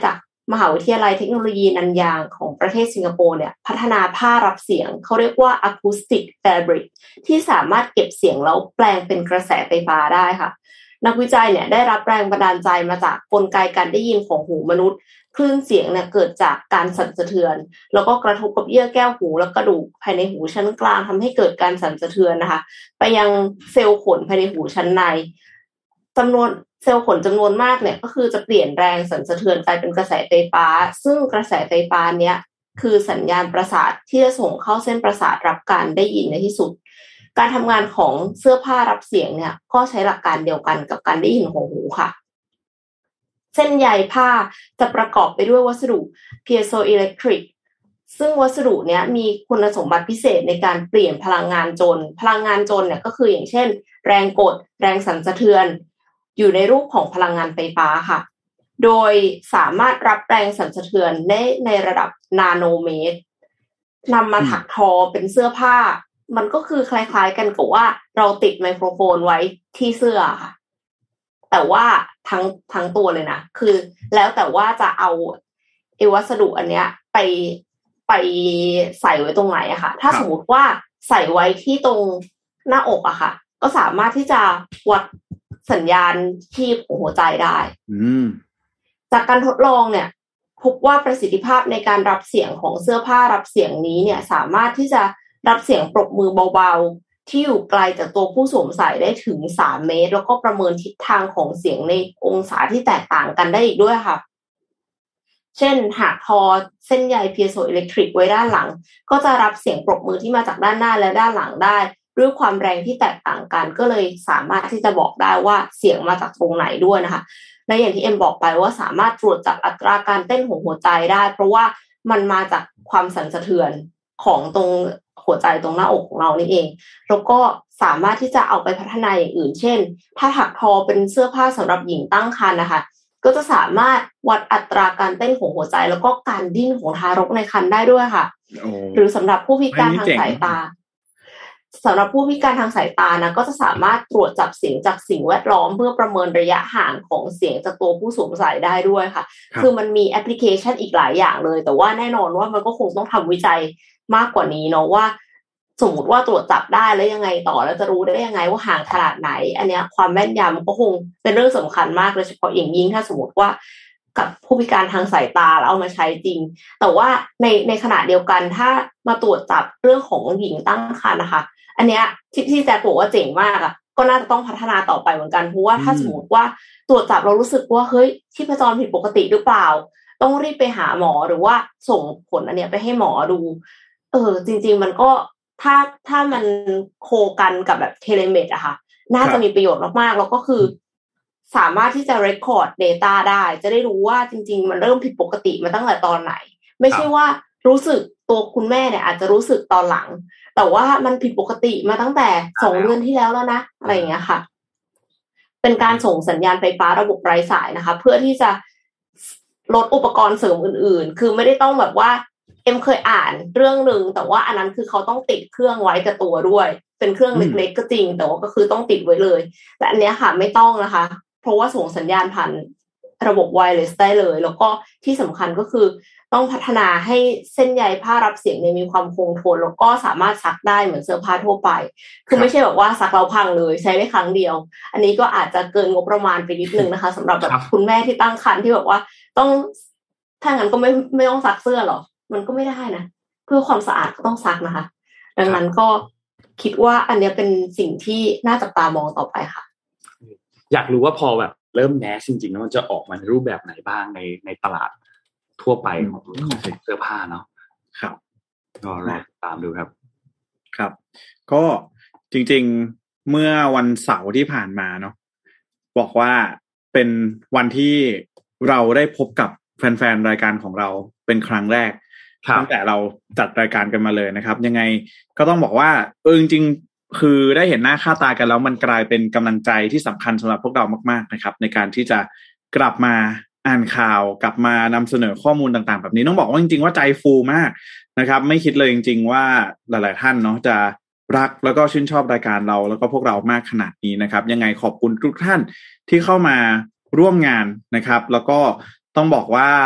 มหาวิทยาลัยเทคโนโลยีนันยางของประเทศสิงคโปร์เนี่ยพัฒนาผ้ารับเสียงเขาเรียกว่า acoustic fabric ที่สามารถเก็บเสียงแล้วแปลงเป็นกระแสไฟฟ้าได้ค่ะนักวิจัยเนี่ยได้รับแรงบันดาลใจมาจากกลไกการได้ยินของหูมนุษย์คลื่นเสียงเนี่ยเกิดจากการสั่นสะเทือนแล้วก็กระทบกับเยื่อแก้วหูและกระดูกภายในหูชั้นกลางทำให้เกิดการสั่นสะเทือนนะคะไปยังเซลล์ขนภายในหูชั้นในจำนวนเซลล์ขนจำนวนมากเนี่ยก็คือจะเปลี่ยนแรงสั่นสะเทือนกลายเป็นกระแสไฟฟ้าซึ่งกระแสไฟฟ้าเนี้ยคือสัญญาณประสาทที่จะส่งเข้าเส้นประสาทรับการได้ยินในที่สุดการทำงานของเสื้อผ้ารับเสียงเนี่ยก็ใช้หลักการเดียวกันกับการได้ยินของหูค่ะเส้นใยผ้าจะประกอบไปด้วยวัสดุ piezoelectric ซึ่งวัสดุเนี้ยมีคุณสมบัติพิเศษในการเปลี่ยนพลังงานจนเนี่ยก็คืออย่างเช่นแรงกดแรงสั่นสะเทือนอยู่ในรูปของพลังงานไฟฟ้าค่ะโดยสามารถรับแรงสั่นสะเทือนได้ในระดับนาโนเมตรนำมาถักทอเป็นเสื้อผ้ามันก็คือคล้ายๆกันกับว่าเราติดไมโครโฟนไว้ที่เสื้อค่ะแต่ว่าทั้งตัวเลยนะคือแล้วแต่ว่าจะเอาวัสดุอันเนี้ยไปใส่ไว้ตรงไหนอะค่ะถ้าสมมติว่าใส่ไว้ที่ตรงหน้าอกอะค่ะก็สามารถที่จะวัดสัญญาณชีพของหัวใจได้จากการทดลองเนี่ยพบว่าประสิทธิภาพในการรับเสียงของเสื้อผ้ารับเสียงนี้เนี่ยสามารถที่จะรับเสียงปรบมือเบาๆที่อยู่ไกลจากตัวผู้สวมใส่ได้ถึง3 เมตรแล้วก็ประเมินทิศทางของเสียงในองศาที่แตกต่างกันได้อีกด้วยค่ะเช่นหากทอเส้นใย piezoelectric ไว้ด้านหลังก็จะรับเสียงปรบมือที่มาจากด้านหน้าและด้านหลังได้ด้วยความแรงที่แตกต่างกันก็เลยสามารถที่จะบอกได้ว่าเสียงมาจากตรงไหนด้วยนะคะและอย่างที่เอ็มบอกไปว่าสามารถตรวจจับอัตราการเต้นของหัวใจได้เพราะว่ามันมาจากความสั่นสะเทือนของตรงหัวใจตรงหน้าอกของเรานี่เองแล้วก็สามารถที่จะเอาไปพัฒนาอย่างอื่นเช่นถ้าถักทอเป็นเสื้อผ้าสำหรับหญิงตั้งครรภ์นะคะก็จะสามารถวัดอัตราการเต้นของหัวใจแล้วก็การดิ้นของทารกในครรภ์ได้ด้วยค่ะหรือสำหรับผู้พิการทางสายตาสำหรับผู้พิการทางสายตานะก็จะสามารถตรวจจับเสียงจากสิ่งแวดล้อมเพื่อประเมินระยะห่างของเสียงจากตัวผู้สวมใส่ได้ด้วยค่ะคือมันมีแอปพลิเคชันอีกหลายอย่างเลยแต่ว่าแน่นอนว่ามันก็คงต้องทำวิจัยมากกว่านี้เนาะว่าสมมติว่าตรวจจับได้แล้วยังไงต่อแล้วจะรู้ได้ยังไงว่าห่างขนาดไหนอันเนี้ยความแม่นยำก็คงเป็นเรื่องสำคัญมากโดยเฉพาะอย่างยิ่งถ้าสมมติว่ากับผู้พิการทางสายตาแล้วเอามาใช้จริงแต่ว่าในขณะเดียวกันถ้ามาตรวจจับเรื่องของหญิงตั้งครรภ์นะคะอันเนี้ยที่แจ๊คบอกว่าเจ๋งมากอ่ะก็น่าจะต้องพัฒนาต่อไปเหมือนกันเพราะว่าถ้าสมมติว่าตรวจจับเรารู้สึกว่าเฮ้ยชีพจรผิดปกติหรือเปล่าต้องรีบไปหาหมอหรือว่าส่งผลอันเนี้ยไปให้หมอดูจริงๆมันก็ถ้ามันโคกันกับแบบเทเลเมดอะค่ะน่าจะมีประโยชน์มากๆแล้วก็คือสามารถที่จะ record data ได้จะได้รู้ว่าจริงๆมันเริ่มผิดปกติมาตั้งแต่ตอนไหนไม่ใช่ว่ารู้สึกตัวคุณแม่เนี่ยอาจจะรู้สึกตอนหลังแต่ว่ามันผิดปกติมาตั้งแต่2 เดือนที่แล้วนะอะไรอย่างเงี้ยค่ะเป็นการส่งสัญญาณไฟฟ้าระบบไร้สายนะคะเพื่อที่จะลดอุปกรณ์เสริมอื่นๆคือไม่ได้ต้องแบบว่าเอ็มเคยอ่านเรื่องนึงแต่ว่าอันนั้นคือเขาต้องติดเครื่องไว้กับตัวด้วยเป็นเครื่องเล็กๆก็จริงแต่ว่าก็คือต้องติดไว้เลยแต่อันเนี้ยค่ะไม่ต้องนะคะเพราะว่าส่งสัญญาณผ่านระบบไวเลสได้เลยแล้วก็ที่สำคัญก็คือต้องพัฒนาให้เส้นใยผ้ารับเสียงเนี่ยมีความคงทนแล้วก็สามารถซักได้เหมือนเสื้อผ้าทั่วไปคือไม่ใช่แบบว่าซักเราพังเลยใช้ได้ครั้งเดียวอันนี้ก็อาจจะเกินงบประมาณไปนิดนึงนะคะสำหรับแบบคุณแม่ที่ตั้งครรภ์ที่แบบว่าต้องถ้างั้นก็ไม่ต้องซักเสื้อหรอมันก็ไม่ได้นะเพื่อความสะอาดก็ต้องซักนะคะดังนั้นก็คิดว่าอันนี้เป็นสิ่งที่น่าจับตามองต่อไปค่ะอยากรู้ว่าพอแบบเริ่มแมสจริงๆแล้วมันจะออกมาในรูปแบบไหนบ้างในตลาดทั่วไปของเสื้อผ้าเนาะครับก็รอตามดูครับครับก็จริงๆเมื่อวันเสาร์ที่ผ่านมาเนาะบอกว่าเป็นวันที่เราได้พบกับแฟนๆรายการของเราเป็นครั้งแรกตั้งแต่เราจัดรายการกันมาเลยนะครับยังไงก็ต้องบอกว่าจริงๆคือได้เห็นหน้าค่าตากันแล้วมันกลายเป็นกำลังใจที่สำคัญสำหรับพวกเรามากๆนะครับในการที่จะกลับมาอ่านข่าวกลับมานำเสนอข้อมูลต่างๆแบบนี้ต้องบอกว่าจริงๆว่าใจฟูมากนะครับไม่คิดเลยจริงๆว่าหลายๆท่านเนาะจะรักแล้วก็ชื่นชอบรายการเราแล้วก็พวกเรามากขนาดนี้นะครับยังไงขอบคุณทุกท่านที่เข้ามาร่วมงานนะครับแล้วก็ต้องบอกว่า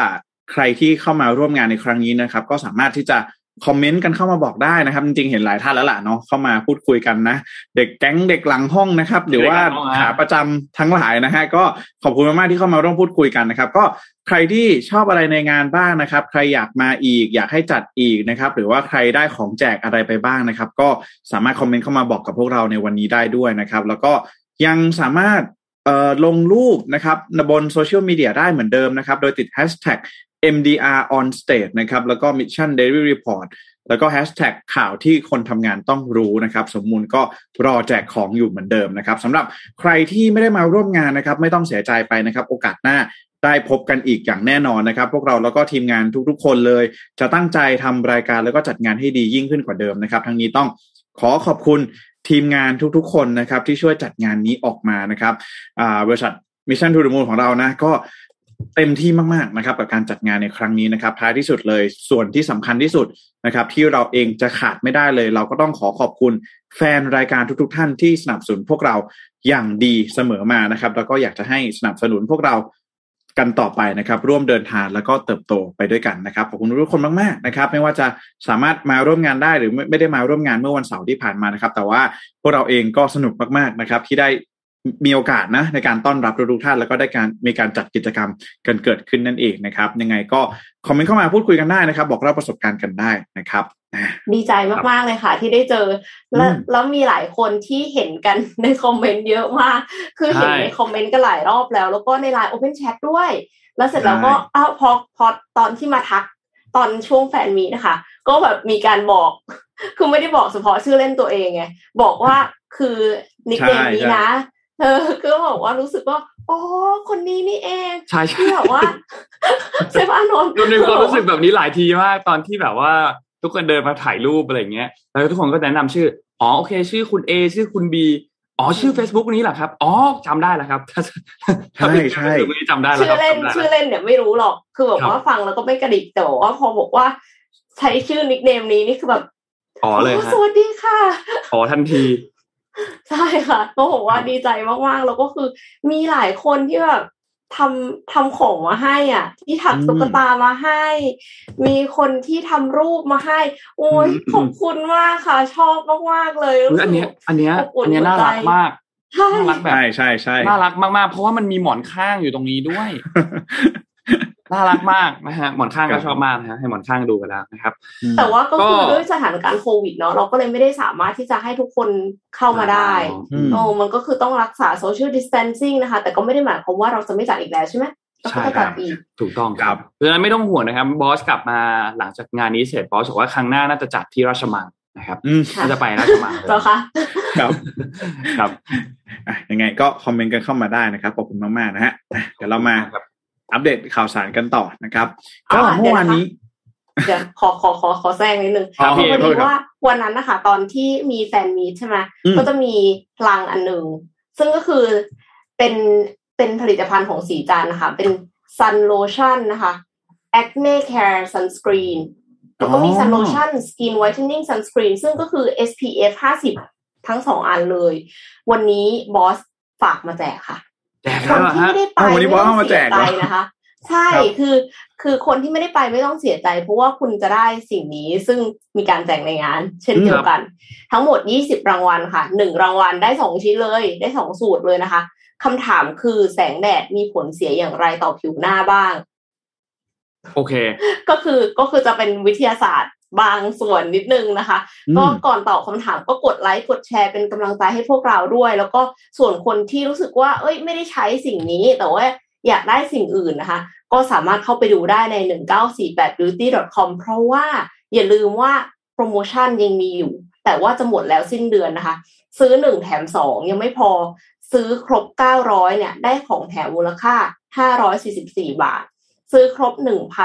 ใครที่เข้ามาร่วมงานในครั้งนี้นะครับก็สามารถที่จะคอมเมนต์กันเข้ามาบอกได้นะครับจริงๆเห็นหลายท่านแล้วล่ะเนาะเข้ามาพูดคุยกันนะเด็กแก๊งเด็กหลังห้องนะครับหรือว่าขาประจำทั้งหลายนะฮะก็ขอบคุณมากๆที่เข้ามาร่วมพูดคุยกันนะครับก็ใครที่ชอบอะไรในงานบ้างนะครับใครอยากมาอีกอยากให้จัดอีกนะครับหรือว่าใครได้ของแจกอะไรไปบ้างนะครับก็สามารถคอมเมนต์เข้ามาบอกกับพวกเราในวันนี้ได้ด้วยนะครับแล้วก็ยังสามารถลงรูปนะครับบนโซเชียลมีเดียได้เหมือนเดิมนะครับโดยติด hashtag MDR on stage นะครับแล้วก็ Mission Daily Report แล้วก็ hashtag ข่าวที่คนทำงานต้องรู้นะครับสมมูลก็รอแจกของอยู่เหมือนเดิมนะครับสำหรับใครที่ไม่ได้มาร่วมงานนะครับไม่ต้องเสียใจไปนะครับโอกาสหน้าได้พบกันอีกอย่างแน่นอนนะครับพวกเราแล้วก็ทีมงานทุกๆคนเลยจะตั้งใจทำรายการแล้วก็จัดงานให้ดียิ่งขึ้นกว่าเดิมนะครับทั้งนี้ต้องขอขอบคุณทีมงานทุกๆคนนะครับที่ช่วยจัดงานนี้ออกมานะครับบริษัท Mission to the Moon ของเรานะก็เต็มที่มากๆนะครับกับการจัดงานในครั้งนี้นะครับท้ายที่สุดเลยส่วนที่สำคัญที่สุดนะครับที่เราเองจะขาดไม่ได้เลยเราก็ต้องขอขอบคุณแฟนรายการทุกๆท่านที่สนับสนุนพวกเราอย่างดีเสมอมานะครับแล้วก็อยากจะให้สนับสนุนพวกเรากันต่อไปนะครับร่วมเดินทางแล้วก็เติบโตไปด้วยกันนะครับขอบคุณทุกคนมากๆนะครับไม่ว่าจะสามารถมาร่วมงานได้หรือไม่ได้มาร่วมงานเมื่อวันเสาร์ที่ผ่านมานะครับแต่ว่าพวกเราเองก็สนุกมากๆนะครับที่ได้มีโอกาสนะในการต้อนรับทุกท่านแล้วก็ได้มีการจัดกิจกรรมกันเกิดขึ้นนั่นเองนะครับยังไงก็คอมเมนต์เข้ามาพูดคุยกันได้นะครับบอกเล่าประสบการณ์กันได้นะครับดีใจมากๆเลยค่ะที่ได้เจอแล้วมีหลายคนที่เห็นกันในคอมเมนต์เยอะมากคือเห็นในคอมเมนต์กันหลายรอบแล้วก็ใน LINE Open Chat ด้วยแล้วเสร็จแล้วก็พอตอนที่มาทักตอนช่วงแฟนมีนะคะก็แบบมีการบอกคือไม่ได้บอกเฉพาะชื่อเล่นตัวเองไงบอกว่าคือนิคเนมนี้นะก็บอกว่ารู้สึกว่าอ๋อคนนี้นี่เองใช่ที่แบบว่าใช่ป่ะนนท์นึกรู้สึกแบบนี้หลายทีมากตอนที่แบบว่าทุกคนเดินมาถ่ายรูปอะไรอย่างเงี้ยแล้วทุกคนก็แนะนำชื่ออ๋อโอเคชื่อคุณ A ชื่อคุณ B อ๋อชื่อ Facebook นี้แหละครับอ๋อจำได้แล้วครับใช่ใช่จำได้แล้วครับชื่อเล่นเนี่ยไม่รู้หรอกคือแบบว่าฟังแล้วก็ไม่กระดิกแต่ว่าพอบอกว่าใช้ชื่อนิคเนมนี้นี่คือแบบอ๋อเลยสวัสดีค่ะอ๋อทันทีใช่ค่ะก็บอกว่าดีใจมากๆแล้วก็คือมีหลายคนที่แบบทำของมาให้อ่ะที่ถักตุ๊กตามาให้มีคนที่ทำรูปมาให้โอ้ยขอบคุณมากค่ะชอบมากๆเลยอันเนี้ยน่ารักมากน่ารักแบบใช่น่ารักมากๆเพราะว่ามันมีหมอนข้างอยู่ตรงนี้ด้วยน่ารักมากนะฮะหมอนข้างก็ชอบมากนะฮะให้หมอนข้างดูกันแล้วนะครับแต่ว่าก็คือด้วยสถานการณ์โควิดเนาะเราก็เลยไม่ได้สามารถที่จะให้ทุกคนเข้ามาได้มันก็คือต้องรักษา social distancing นะคะแต่ก็ไม่ได้หมายความว่าเราจะไม่จัดอีกแล้วใช่ไหมใช่ครับถูกต้องครับเพราะฉะนั้นไม่ต้องห่วงนะครับบอสกลับมาหลังจากงานนี้เสร็จบอสบอกว่าครั้งหน้าน่าจะจัดที่ราชมังนะครับน่าจะไปราชมังเหรอคะครับยังไงก็คอมเมนต์กันเข้ามาได้นะครับขอบคุณมากๆนะฮะเดี๋ยวเรามาอัปเดตข่าวสารกันต่อนะครับก็เมื่อวานนี้เดี๋ยวขอแซงนิดนึงพอดีว่าวันนั้นนะคะตอนที่มีแฟนมีตใช่ไหมก็จะมีลังอันหนึ่งซึ่งก็คือเป็นผลิตภัณฑ์ของสีจันนะคะเป็น Sun Lotion นะคะ Acne Care Sunscreen แล้วก็มี Sun Lotion Skin Whitening Sunscreen ซึ่งก็คือ SPF 50ทั้ง2อันเลยวันนี้บอสฝากมาแจกค่ะคนที่ไม่ได้ไปไม่ต้องเสียใจนะคะใช่คือคนที่ไม่ได้ไปไม่ต้องเสียใจเพราะว่าคุณจะได้สิ่งนี้ซึ่งมีการแจกในงานเช่นเดียวกันทั้งหมด20รางวัลค่ะ1รางวัลได้2ชิ้นเลยได้2สูตรเลยนะคะคำถามคือแสงแดดมีผลเสียอย่างไรต่อผิวหน้าบ้างโอเคก็คือจะเป็นวิทยาศาสตร์บางส่วนนิดนึงนะคะก็ก่อนตอบคำถามก็กดไลค์กดแชร์เป็นกำลังใจให้พวกเราด้วยแล้วก็ส่วนคนที่รู้สึกว่าไม่ได้ใช้สิ่งนี้แต่ว่าอยากได้สิ่งอื่นนะคะก็สามารถเข้าไปดูได้ใน 1948beauty.com เพราะว่าอย่าลืมว่าโปรโมชั่นยังมีอยู่แต่ว่าจะหมดแล้วสิ้นเดือนนะคะซื้อ1แถม2ยังไม่พอซื้อครบ900เนี่ยได้ของแถมมูลค่า544บาทซื้อครบ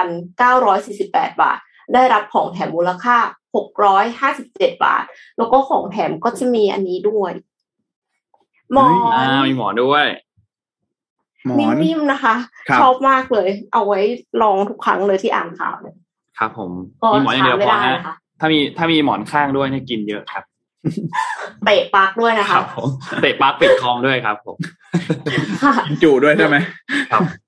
1,948 บาทได้รับของแถมมูลค่า657บาทแล้วก็ของแถมก็จะมีอันนี้ด้วยหมอนมีหมอนด้วยนิ่มๆนะคะชอบมากเลยเอาไว้ลองทุกครั้งเลยที่อ่านข่าวเนี่ยครับผมมีหมอนอย่างเดียวพอนะถ้ามีหมอนข้างด้วยเนี่ยกินเยอะครับเตะปากด้วยนะคะผมเตะปากปิดคองด้วยครับผมกินจุด้วยใช่ไหมครับ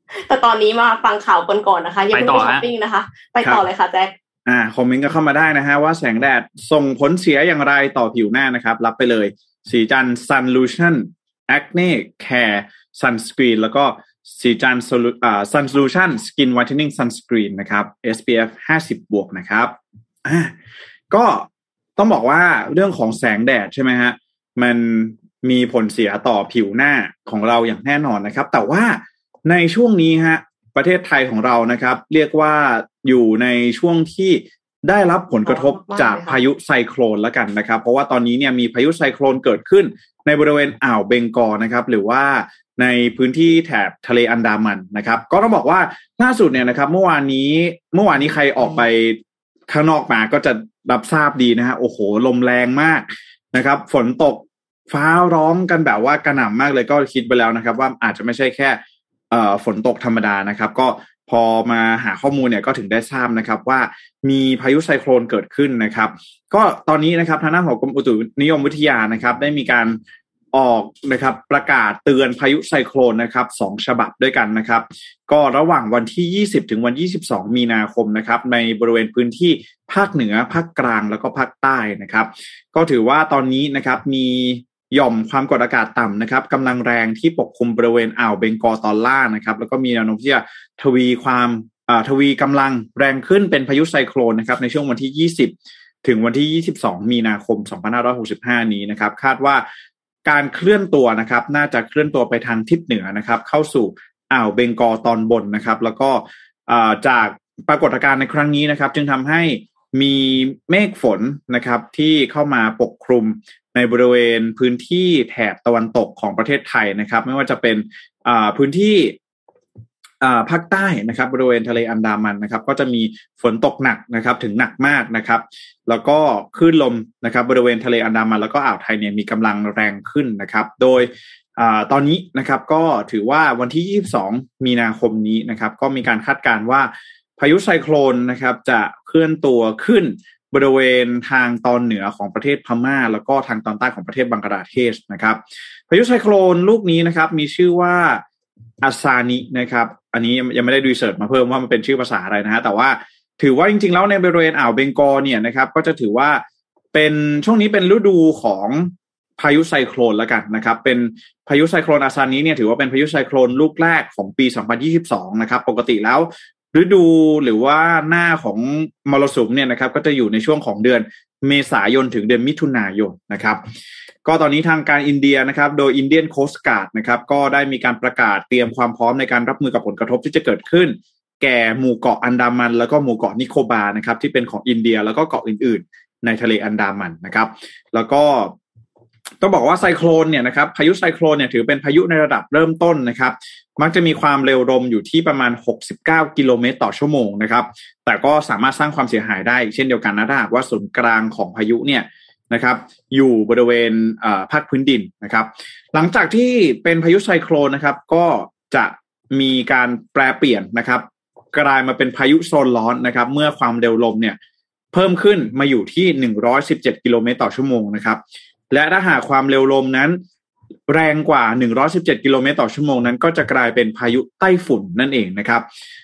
แต่ตอนนี้มาฟังข่าวก่อนนะคะยังไม่ไปช้อปปิ้งนะคะไปต่อเลยค่ะแจ็คคอมเมนต์ก็เข้ามาได้นะฮะว่าแสงแดดส่งผลเสียอย่างไรต่อผิวหน้านะครับรับไปเลยสีจันทร์ Sunlution Acne Care Sunscreen แล้วก็สีจันทร์Sunlution Skin Whitening Sunscreen นะครับ SPF 50 บวกนะครับก็ต้องบอกว่าเรื่องของแสงแดดใช่ไหมฮะมันมีผลเสียต่อผิวหน้าของเราอย่างแน่นอนนะครับแต่ว่าในช่วงนี้ฮะประเทศไทยของเรานะครับเรียกว่าอยู่ในช่วงที่ได้รับผลกระทบจากพายุไซโคลนแล้วกันนะครับเพราะว่าตอนนี้เนี่ยมีพายุไซโคลนเกิดขึ้นในบริเวณอ่าวเบงกอลนะครับหรือว่าในพื้นที่แถบทะเลอันดามันนะครับก็ต้องบอกว่าล่าสุดเนี่ยนะครับเมื่อวานนี้ใครออกไปข้างนอกมาก็จะรับทราบดีนะฮะโอ้โหลมแรงมากนะครับฝนตกฟ้าร้องกันแบบว่ากระหน่ำมากเลยก็คิดไปแล้วนะครับว่าอาจจะไม่ใช่แค่ฝนตกธรรมดานะครับก็พอมาหาข้อมูลเนี่ยก็ถึงได้ทราบนะครับว่ามีพายุไซโคลนเกิดขึ้นนะครับก็ตอนนี้นะครับทางด้านของกรมอุตุนิยมวิทยานะครับได้มีการออกนะครับประกาศเตือนพายุไซโคลนนะครับ2ฉบับด้วยกันนะครับก็ระหว่างวันที่20ถึงวัน22มีนาคมนะครับในบริเวณพื้นที่ภาคเหนือภาคกลางแล้วก็ภาคใต้นะครับก็ถือว่าตอนนี้นะครับมีหย่อมความกดอากาศต่ำนะครับกำลังแรงที่ปกคลุมบริเวณอ่าวเบงกอลตอนล่างนะครับแล้วก็มีแนวโน้มที่จะทวีกำลังแรงขึ้นเป็นพายุไซโคลนนะครับในช่วงวันที่20ถึงวันที่22มีนาคม2565นี้นะครับคาดว่าการเคลื่อนตัวนะครับน่าจะเคลื่อนตัวไปทางทิศเหนือนะครับเข้าสู่อ่าวเบงกอลตอนบนนะครับแล้วก็จากปรากฏการณ์ในครั้งนี้นะครับจึงทำให้มีเมฆฝนนะครับที่เข้ามาปกคลุมในบริเวณพื้นที่แถบตะวันตกของประเทศไทยนะครับไม่ว่าจะเป็นพื้นที่ภาคใต้นะครับบริเวณทะเลอันดามันนะครับก็จะมีฝนตกหนักนะครับถึงหนักมากนะครับแล้วก็คลื่นลมนะครับบริเวณทะเลอันดามันแล้วก็อ่าวไทยเนี่ยมีกำลังแรงขึ้นนะครับโดยตอนนี้นะครับก็ถือว่าวันที่22มีนาคมนี้นะครับก็มีการคาดการณ์ว่าพายุไซโคลนนะครับจะเคลื่อนตัวขึ้นบริเวณทางตอนเหนือของประเทศพม่าแล้วก็ทางตอนใต้ของประเทศบังกลาเทศนะครับพายุไซโคลนลูกนี้นะครับมีชื่อว่าอาซานินะครับอันนี้ยังไม่ได้รีเสิร์ชมาเพิ่มว่ามันเป็นชื่อภาษาอะไรนะฮะแต่ว่าถือว่าจริงๆแล้วในบริเวณอ่าวเบงกอลเนี่ยนะครับก็จะถือว่าเป็นช่วงนี้เป็นฤดูของพายุไซโคลนแล้วกันนะครับเป็นพายุไซโคลนอาซานิเนี่ยถือว่าเป็นพายุไซโคลนลูกแรกของปี2022นะครับปกติแล้วฤดูหรือว่าหน้าของมรสุมเนี่ยนะครับก็จะอยู่ในช่วงของเดือนเมษายนถึงเดือนมิถุนายนนะครับก็ตอนนี้ทางการอินเดียนะครับโดย Indian Coast Guard นะครับก็ได้มีการประกาศเตรียมความพร้อมในการรับมือกับผลกระทบที่จะเกิดขึ้นแก่หมู่เกาะอันดามันแล้วก็หมู่เกาะนิโคบาร์นะครับที่เป็นของอินเดียแล้วก็เกาะอื่นๆในทะเลอันดามันนะครับแล้วก็ต้องบอกว่าไซโคลนเนี่ยนะครับพายุไซโคลนเนี่ยถือเป็นพายุในระดับเริ่มต้นนะครับมักจะมีความเร็วลมอยู่ที่ประมาณ69กิโลเมตรต่อชั่วโมงนะครับแต่ก็สามารถสร้างความเสียหายได้เช่นเดียวกันนะถ้าหากว่าศูนย์กลางของพายุเนี่ยนะครับอยู่บริเวณภาคพื้นดินนะครับหลังจากที่เป็นพายุไซโคลนนะครับก็จะมีการแปรเปลี่ยนนะครับกลายมาเป็นพายุโซนร้อนนะครับเมื่อความเร็วลมเนี่ยเพิ่มขึ้นมาอยู่ที่117กิโลเมตรต่อชั่วโมงนะครับและถ้าหากความเร็วลมนั้นแรงกว่า117กิโลเมตรต่อชั่วโมงนั้นก็จะกลายเป็นพายุไต้ฝุ่นนั่นเองนะครับ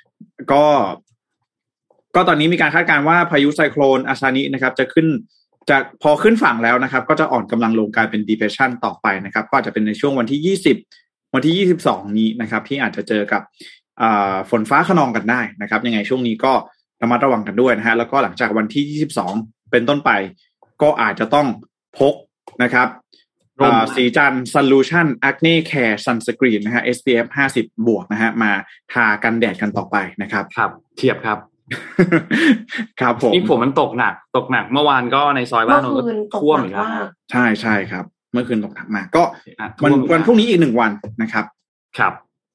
ก็ตอนนี้มีการคาดการณ์ว่าพายุไซโคลนอาซานินะครับจะพอขึ้นฝั่งแล้วนะครับก็จะอ่อนกำลังลงกลายเป็น depression ต่อไปนะครับก็อาจจะเป็นในช่วงวันที่20วันที่22นี้นะครับที่อาจจะเจอกับฝนฟ้าคะนองกันได้นะครับยังไงช่วงนี้ก็ระมัดระวังกันด้วยนะฮะแล้วก็หลังจากวันที่22เป็นต้นไปก็อาจจะต้องพกนะครับสีจันทร์ Sunlution Acne Care Sunscreen นะฮะ SPF 50 บวกนะฮะมาทากันแดดกันต่อไปนะครับครับเทียบครับครับผมนี่ฝนมันตกหนักเมื่อวานก็ในซอยบ้านนนท์ก็ท่วมอีกแล้วใช่ครับเมื่อคืนตกหนักมากก็วันพรุ่งนี้อีก1วันนะครับครับ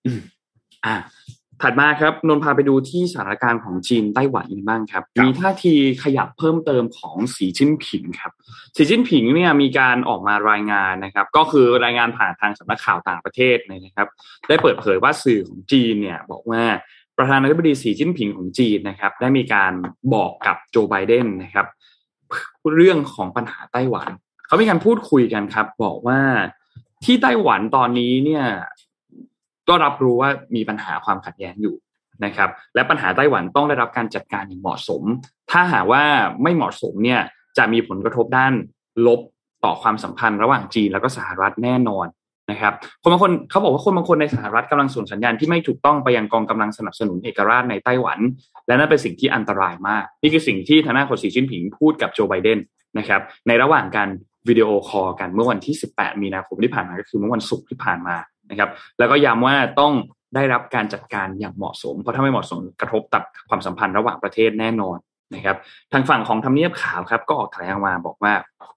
ถัดมาครับนนท์พาไปดูที่สถานการณ์ของจีนไต้หวันกันบ้างครับมีท่าทีขยับเพิ่มเติมของสีจิ้นผิงครับสีจิ้นผิงเนี่ยมีการออกมารายงานนะครับก็คือรายงานผ่านทางสำนักข่าวต่างประเทศนะครับได้เปิดเผยว่าสื่อของจีนเนี่ยบอกว่าประธานาธิบดีสีจิ้นผิงของจีนนะครับได้มีการบอกกับโจไบเดนนะครับเรื่องของปัญหาไต้หวันเขามีการพูดคุยกันครับบอกว่าที่ไต้หวันตอนนี้เนี่ยก็รับรู้ว่ามีปัญหาความขัดแย้งอยู่นะครับและปัญหาไต้หวันต้องได้รับการจัดการอย่างเหมาะสมถ้าหากว่าไม่เหมาะสมเนี่ยจะมีผลกระทบด้านลบต่อความสัมพันธ์ระหว่างจีนแล้วก็สหรัฐแน่นอนนะครับคนบางคนเขาบอกว่าคนบางคนในสหรัฐกำลังส่งสัญญาณที่ไม่ถูกต้องไปยังกองกำลังสนับสนุนเอกราชในไต้หวันและนั่นเป็นสิ่งที่อันตรายมากนี่คือสิ่งที่ทางด้านของสีจิ้นผิงพูดกับโจไบเดนนะครับในระหว่างการวิดีโอคอลกันเมื่อวันที่18มีนาคมที่ผ่านมาก็คือเมื่อวันศุกร์ที่ผ่านมานะครับแล้วก็ย้ำว่าต้องได้รับการจัดการอย่างเหมาะสมเพราะถ้าไม่เหมาะสมกระทบกับความสัมพันธ์ระหว่างประเทศแน่นอนนะครับทางฝั่งของทำเนียบขาวครับก็ออกแถลงมาบอกว่า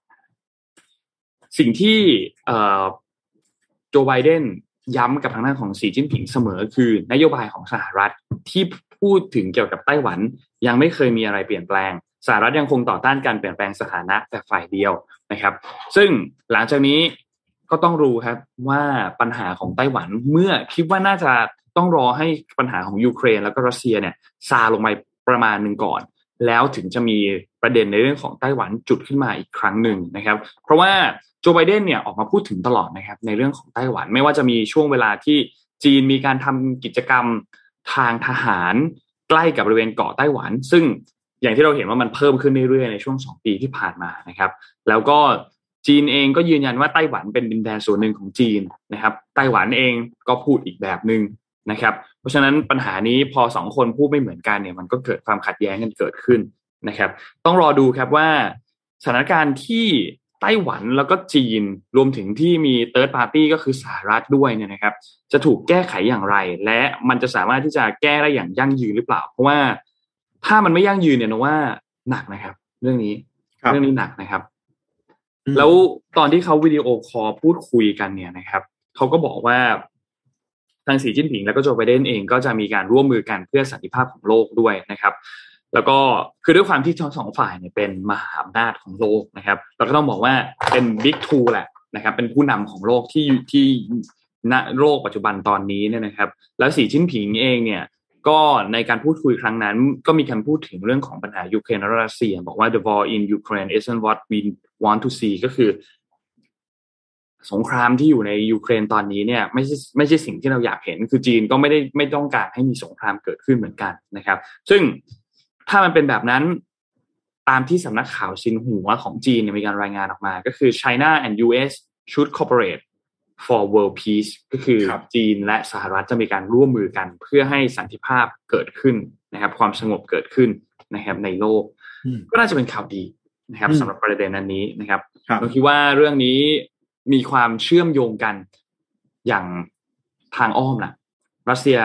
สิ่งที่โจไบเดนย้ำกับทางด้านของสีจิ้นผิงเสมอคือนโยบายของสหรัฐที่พูดถึงเกี่ยวกับไต้หวันยังไม่เคยมีอะไรเปลี่ยนแปลงสหรัฐยังคงต่อต้านการเปลี่ยนแปลงสถานะแต่ฝ่ายเดียวนะครับซึ่งหลังจากนี้ก็ต้องรู้ครับว่าปัญหาของไต้หวันเมื่อคิดว่าน่าจะต้องรอให้ปัญหาของยูเครนแล้วก็รัสเซียเนี่ยซาลงไปประมาณนึงก่อนแล้วถึงจะมีประเด็นในเรื่องของไต้หวันจุดขึ้นมาอีกครั้งหนึ่งนะครับเพราะว่าโจไบเดนเนี่ยออกมาพูดถึงตลอดนะครับในเรื่องของไต้หวันไม่ว่าจะมีช่วงเวลาที่จีนมีการทำกิจกรรมทางทหารใกล้กับบริเวณเกาะไต้หวันซึ่งอย่างที่เราเห็นว่ามันเพิ่มขึ้นเรื่อยๆในช่วง2 ปีที่ผ่านมานะครับแล้วก็จีนเองก็ยืนยันว่าไต้หวันเป็นดินแดนส่วนหนึ่งของจีนนะครับไต้หวันเองก็พูดอีกแบบนึงนะครับเพราะฉะนั้นปัญหานี้พอ2คนพูดไม่เหมือนกันเนี่ยมันก็เกิดความขัดแย้งกันเกิดขึ้นนะครับต้องรอดูครับว่าสถานการณ์ที่ไต้หวันแล้วก็จีนรวมถึงที่มี third party ก็คือสหรัฐด้วยเนี่ยนะครับจะถูกแก้ไขอย่างไรและมันจะสามารถที่จะแก้ได้อย่างยั่งยืนหรือเปล่าเพราะว่าถ้ามันไม่ยั่งยืนเนี่ยนะว่าหนักนะครับเรื่องนี้หนักนะครับแล้วตอนที่เขาวิดีโอคอลพูดคุยกันเนี่ยนะครับเขาก็บอกว่าทางสีจิ้นผิงแล้วก็โจไบเดนเองก็จะมีการร่วมมือกันเพื่อสันติภาพของโลกด้วยนะครับแล้วก็คือด้วยความที่ทั้งสองฝ่ายเนี่ยเป็นมหาอำนาจของโลกนะครับเราก็ต้องบอกว่าเป็นบิ๊กทูแหละนะครับเป็นผู้นำของโลกที่ณโลกปัจจุบันตอนนี้เนี่ยนะครับแล้วสีจิ้นผิงเองเนี่ยก็ในการพูดคุยครั้งนั้นก็มีการพูดถึงเรื่องของปัญหายูเครนและรัสเซียบอกว่า the war in Ukraine isn't what we want to see ก็คือสงครามที่อยู่ในยูเครนตอนนี้เนี่ยไม่ใช่สิ่งที่เราอยากเห็นคือจีนก็ไม่ต้องการให้มีสงครามเกิดขึ้นเหมือนกันนะครับซึ่งถ้ามันเป็นแบบนั้นตามที่สำนักข่าวซินหัวของจีนมีการรายงานออกมาก็คือ China and US should cooperate for world peace ก็คือจีนและสหรัฐจะมีการร่วมมือกันเพื่อให้สันติภาพเกิดขึ้นนะครับความสงบเกิดขึ้นนะครับในโลกก็น่าจะเป็นข่าวดีนะครับสำหรับประเด็นนั้นนี้นะครับผมคิดว่าเรื่องนี้มีความเชื่อมโยงกันอย่างทางอ้อมนะรัสเซีย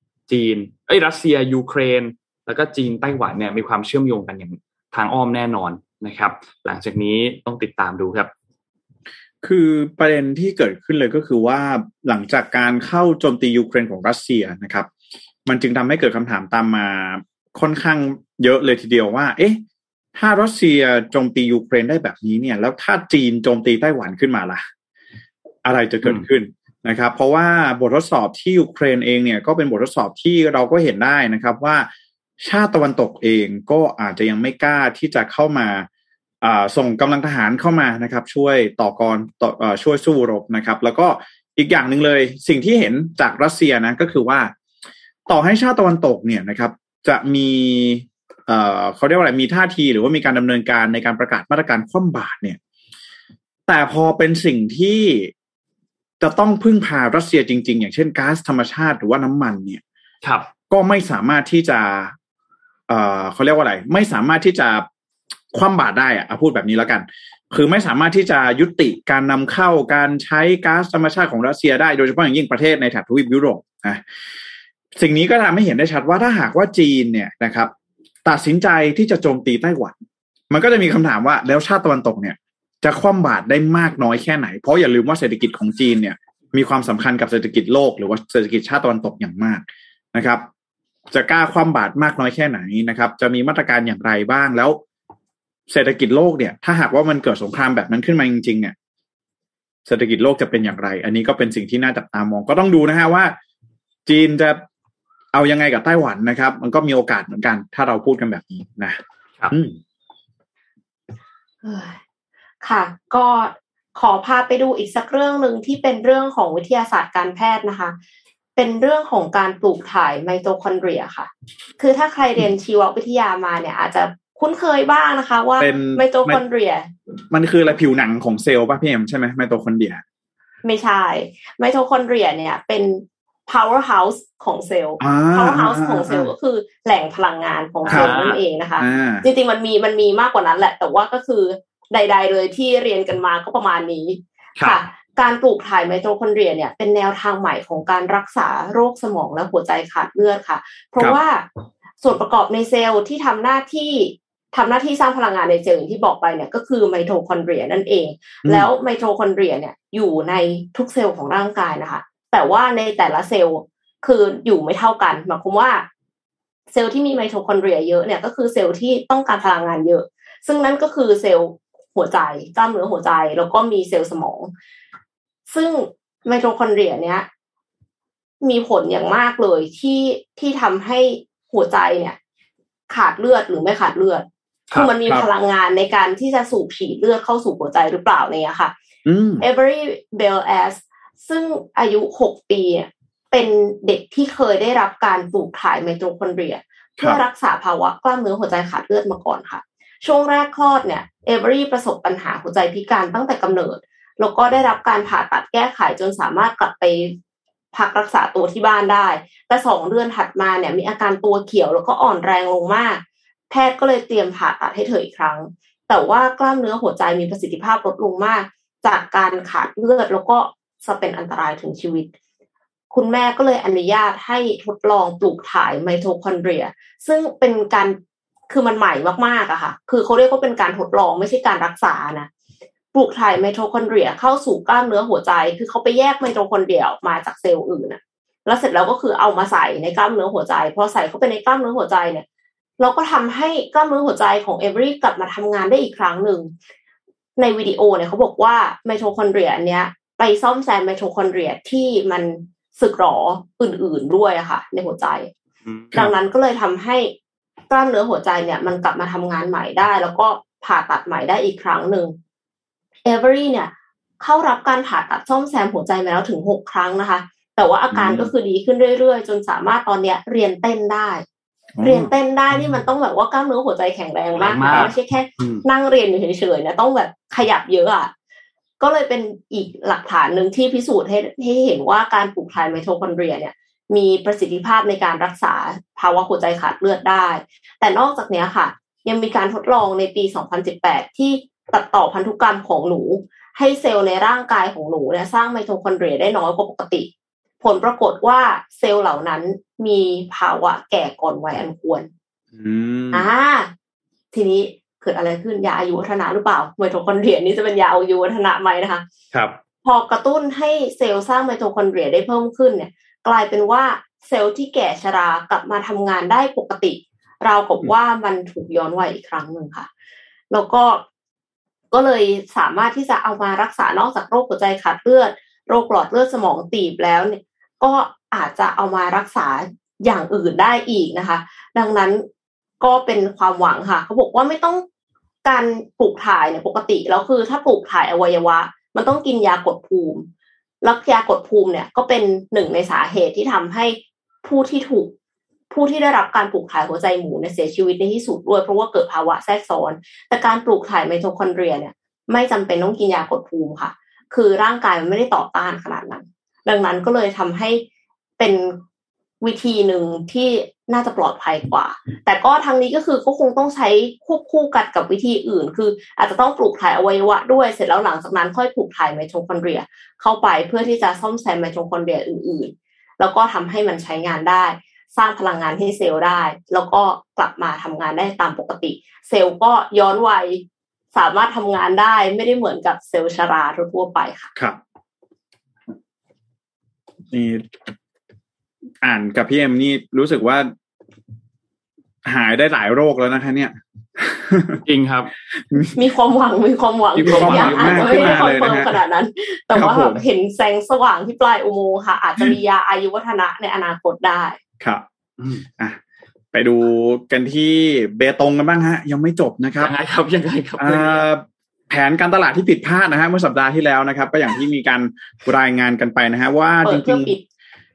ยูเครนแล้วก็จีนไต้หวันเนี่ยมีความเชื่อมโยงกันอย่างทางอ้อมแน่นอนนะครับหลังจากนี้ต้องติดตามดูครับคือประเด็นที่เกิดขึ้นเลยก็คือว่าหลังจากการเข้าโจมตียูเครนของรัสเซียนะครับมันจึงทำให้เกิดคำถามตามมาค่อนข้างเยอะเลยทีเดียวว่าเอ๊ะถ้ารัสเซียโจมตียูเครนได้แบบนี้เนี่ยแล้วถ้าจีนโจมตีไต้หวันขึ้นมาล่ะอะไรจะเกิดขึ้นนะครับเพราะว่าบททดสอบที่ยูเครนเองเนี่ยก็เป็นบททดสอบที่เราก็เห็นได้นะครับว่าชาติตะวันตกเองก็อาจจะยังไม่กล้าที่จะเข้ามาส่งกำลังทหารเข้ามานะครับช่วยช่วยสู้รบนะครับแล้วก็อีกอย่างหนึ่งเลยสิ่งที่เห็นจากรัสเซียนะก็คือว่าต่อให้ชาติตะวันตกเนี่ยนะครับจะมีเขาเรียกว่าอะไรมีท่าทีหรือว่ามีการดำเนินการในการประกาศมาตรการคว่ำบาตรเนี่ยแต่พอเป็นสิ่งที่จะต้องพึ่งพารัสเซียจริงๆอย่างเช่นก๊าซธรรมชาติหรือว่าน้ำมันเนี่ยก็ไม่สามารถที่จะเขาเรียกว่าอะไรไม่สามารถที่จะคว่ำบาตรได้พูดแบบนี้แล้วกันคือไม่สามารถที่จะยุติการนำเข้าการใช้ก๊าซธรรมชาติของรัสเซียได้โดยเฉพาะอย่างยิ่งประเทศในแถบทวีปยุโรปสิ่งนี้ก็ทำให้เห็นได้ชัดว่าถ้าหากว่าจีนเนี่ยนะครับตัดสินใจที่จะโจมตีไต้หวันมันก็จะมีคำถามว่าแล้วชาติตะวันตกเนี่ยจะคว่ำบาตรได้มากน้อยแค่ไหนเพราะอย่าลืมว่าเศรษฐกิจของจีนเนี่ยมีความสำคัญกับเศรษฐกิจโลกหรือว่าเศรษฐกิจชาติตะวันตกอย่างมากนะครับจะกล้าคว่ำบาตรมากน้อยแค่ไหนนะครับจะมีมาตรการอย่างไรบ้างแล้วเศรษฐกิจโลกเนี่ยถ้าหากว่ามันเกิดสงครามแบบนั้นขึ้นมาจริงๆเนี่ยเศรษฐกิจโลกจะเป็นอย่างไรอันนี้ก็เป็นสิ่งที่น่าจับตามองก็ต้องดูนะฮะว่าจีนจะเอายังไงกับไต้หวันนะครับมันก็มีโอกาสเหมือนกันถ้าเราพูดกันแบบนี้นะครับค่ะก็ขอพาไปดูอีกสักเรื่องนึงที่เป็นเรื่องของวิทยาศาสตร์การแพทย์นะคะเป็นเรื่องของการปลูกถ่ายไมโทคอนเดรียค่ะคือถ้าใครเรียนชีววิทยามาเนี่ยอาจจะคุ้นเคยบ้างนะคะว่าไมโทคอนเดรียมันคืออะไรผิวหนังของเซลล์ป่ะพี่เอ็มใช่ไหมไมโทคอนเดรียไม่ใช่ไมโทคอนเดรียเนี่ยเป็น powerhouse ของเซลล์ powerhouse ของเซลล์ก็คือแหล่งพลังงานของเซลล์นั่นเองนะคะจริงๆมันมีมากกว่านั้นแหละแต่ว่าก็คือใดๆเลยที่เรียนกันมาก็ประมาณนี้ค่ะการปลูกถ่ายไมโทคอนเดรียเนี่ยเป็นแนวทางใหม่ของการรักษาโรคสมองและหัวใจขาดเลือดค่ะเพราะว่าส่วนประกอบในเซลล์ที่ทำหน้าที่สร้างพลังงานในเซลล์อย่างที่บอกไปเนี่ยก็คือไมโทคอนเดรียนั่นเองแล้วไมโทคอนเดรียเนี่ยอยู่ในทุกเซลล์ของร่างกายนะคะแต่ว่าในแต่ละเซลล์คืออยู่ไม่เท่ากันหมายความว่าเซลล์ที่มีไมโทคอนเดรียเยอะเนี่ยก็คือเซลล์ที่ต้องการพลังงานเยอะซึ่งนั่นก็คือเซลล์หัวใจกล้ามเนื้อหัวใจแล้วก็มีเซลล์สมองซึ่งไมโทคอนเดรียเนี้ยมีผลอย่างมากเลยที่ทำให้หัวใจเนี่ยขาดเลือดหรือไม่ขาดเลือดคือมันมีพลังงานในการที่จะสูบฉีดเลือดเข้าสู่หัวใจหรือเปล่าเนี่ยค่ะAvery Bell-As ซึ่งอายุ6 ปีเป็นเด็กที่เคยได้รับการปลูกถ่ายไมโทคอนเดรียเพื่อรักษาภาวะกล้ามเนื้อหัวใจขาดเลือดมาก่อนค่ะช่วงแรกคลอดเนี่ยเอเวอรี่ประสบปัญหาหัวใจพิการตั้งแต่กำเนิดแล้วก็ได้รับการผ่าตัดแก้ไขจนสามารถกลับไปพักรักษาตัวที่บ้านได้แต่2 เดือนถัดมาเนี่ยมีอาการตัวเขียวแล้วก็อ่อนแรงลงมากแพทย์ก็เลยเตรียมผ่าตัดให้เธออีกครั้งแต่ว่ากล้ามเนื้อหัวใจมีประสิทธิภาพลดลงมากจากการขาดเลือดแล้วก็จะเป็นอันตรายถึงชีวิตคุณแม่ก็เลยอนุญาตให้ทดลองปลูกถ่ายไมโทคอนเดรียซึ่งเป็นการคือมันใหม่มากๆอะค่ะคือเขาเรียกว่าเป็นการทดลองไม่ใช่การรักษานะปลูกถ่ายไมโทคอนเดรียเข้าสู่กล้ามเนื้อหัวใจคือเขาไปแยกไมโทคอนเดรียออกมาจากเซลล์อื่นนะแล้วเสร็จแล้วก็คือเอามาใส่ในกล้ามเนื้อหัวใจพอใส่เข้าไปในกล้ามเนื้อหัวใจเนี่ยเราก็ทำให้กล้ามเนื้อหัวใจของเอเวอรี่กลับมาทำงานได้อีกครั้งหนึ่งในวิดีโอเนี่ยเขาบอกว่าไมโทคอนเดรียอันเนี้ยไปซ่อมแซมไมโทคอนเดรียที่มันสึกหรออื่นๆด้วยอะค่ะในหัวใจดังนั้นก็เลยทำให้กล้ามเนื้อหัวใจเนี่ยมันกลับมาทำงานใหม่ได้แล้วก็ผ่าตัดใหม่ได้อีกครั้งหนึ่งเอเวอรี่เนี่ยเข้ารับการผ่าตัดซ่อมแซมหัวใจมาแล้วถึง6 ครั้งนะคะแต่ว่าอาการก็คือดีขึ้นเรื่อยๆจนสามารถตอนเนี้ยเรียนเต้นได้นี่มันต้องแบบว่ากล้ามเนื้อหัวใจแข็งแรงมากไม่ใช่แค่นั่งเรียนอยู่เฉยๆนะต้องแบบขยับเยอะอ่ะก็เลยเป็นอีกหลักฐานหนึ่งที่พิสูจน์ให้เห็นว่าการปลูกถ่ายไมโทคอนเดรียเนี่ยมีประสิทธิภาพในการรักษาภาวะหัวใจขาดเลือดได้แต่นอกจากนี้ค่ะยังมีการทดลองในปี2018ที่ตัดต่อพันธุกรรมของหนูให้เซลล์ในร่างกายของหนูเนี่ยสร้างไมโทคอนเดรียได้น้อยกว่าปกติผลปรากฏว่าเซลล์เหล่านั้นมีภาวะแก่ก่อนวัยอันควรทีนี้เกิดอะไรขึ้นยาอายุวัฒนะหรือเปล่าไมโทคอนเดรียนี้จะเป็นยาอายุวัฒนะไหมนะคะครับพอกระตุ้นให้เซลล์สร้างไมโทคอนเดรียได้เพิ่มขึ้นเนี่ยกลายเป็นว่าเซลล์ที่แก่ชรากลับมาทำงานได้ปกติราวกับว่ามันถูกย้อนวัยอีกครั้งหนึ่งค่ะแล้วก็เลยสามารถที่จะเอามารักษานอกจากโรคหัวใจขาดเลือดโรคหลอดเลือดสมองตีบแล้วเนี่ยก็อาจจะเอามารักษาอย่างอื่นได้อีกนะคะดังนั้นก็เป็นความหวังค่ะเขาบอกว่าไม่ต้องการปลูกถ่ายเนี่ยปกติแล้วคือถ้าปลูกถ่ายอวัยวะมันต้องกินยากดภูมิแล้วยากดภูมิเนี่ยก็เป็นหนึ่งในสาเหตุที่ทำให้ผู้ที่ได้รับการปลูกถ่ายหัวใจหมูเนี่ยเสียชีวิตในที่สุดด้วยเพราะว่าเกิดภาวะแทรกซ้อนแต่การปลูกถ่ายไมโทคอนเดรียเนี่ยไม่จำเป็นต้องกินยากดภูมิค่ะคือร่างกายมันไม่ได้ต่อต้านขนาดนั้นดังนั้นก็เลยทำให้เป็นวิธีหนึ่งที่น่าจะปลอดภัยกว่าแต่ก็ทางนี้ก็คือก็คงต้องใช้ควบคู่กันกับวิธีอื่นคืออาจจะต้องปลูกถ่ายอวัยวะด้วยเสร็จแล้วหลังจากนั้นค่อยปลูกถ่ายไมโทคอนเดรียเข้าไปเพื่อที่จะซ่อมแซมไมโทคอนเดรียอื่นๆแล้วก็ทำให้มันใช้งานได้สร้างพลังงานให้เซลล์ได้แล้วก็กลับมาทำงานได้ตามปกติเซลล์ก็ย้อนวัยสามารถทำงานได้ไม่ได้เหมือนกับเซลล์ชราทั่วไปค่ะครับนี่อ่านกับพี่เอ็มนี่รู้สึกว่าหายได้หลายโรคแล้วนะคะเนี่ยจริงครับมีความหวังอย่างอาจจะไม่ได้คอนเฟิร์มขนาดนั้นแต่ว่าเห็นแสงสว่างที่ปลายอุโมงค์ค่ะอาจจะมียาอายุวัฒนะในอนาคตได้ครับไปดูกันที่เบตงกันบ้างฮะยังไม่จบนะครับยังไงครับแผนการตลาดที่ผิดพลาดนะฮะเมื่อสัปดาห์ที่แล้วนะครับก็อย่างที่มีการรายงานกันไปนะฮะว่าจริง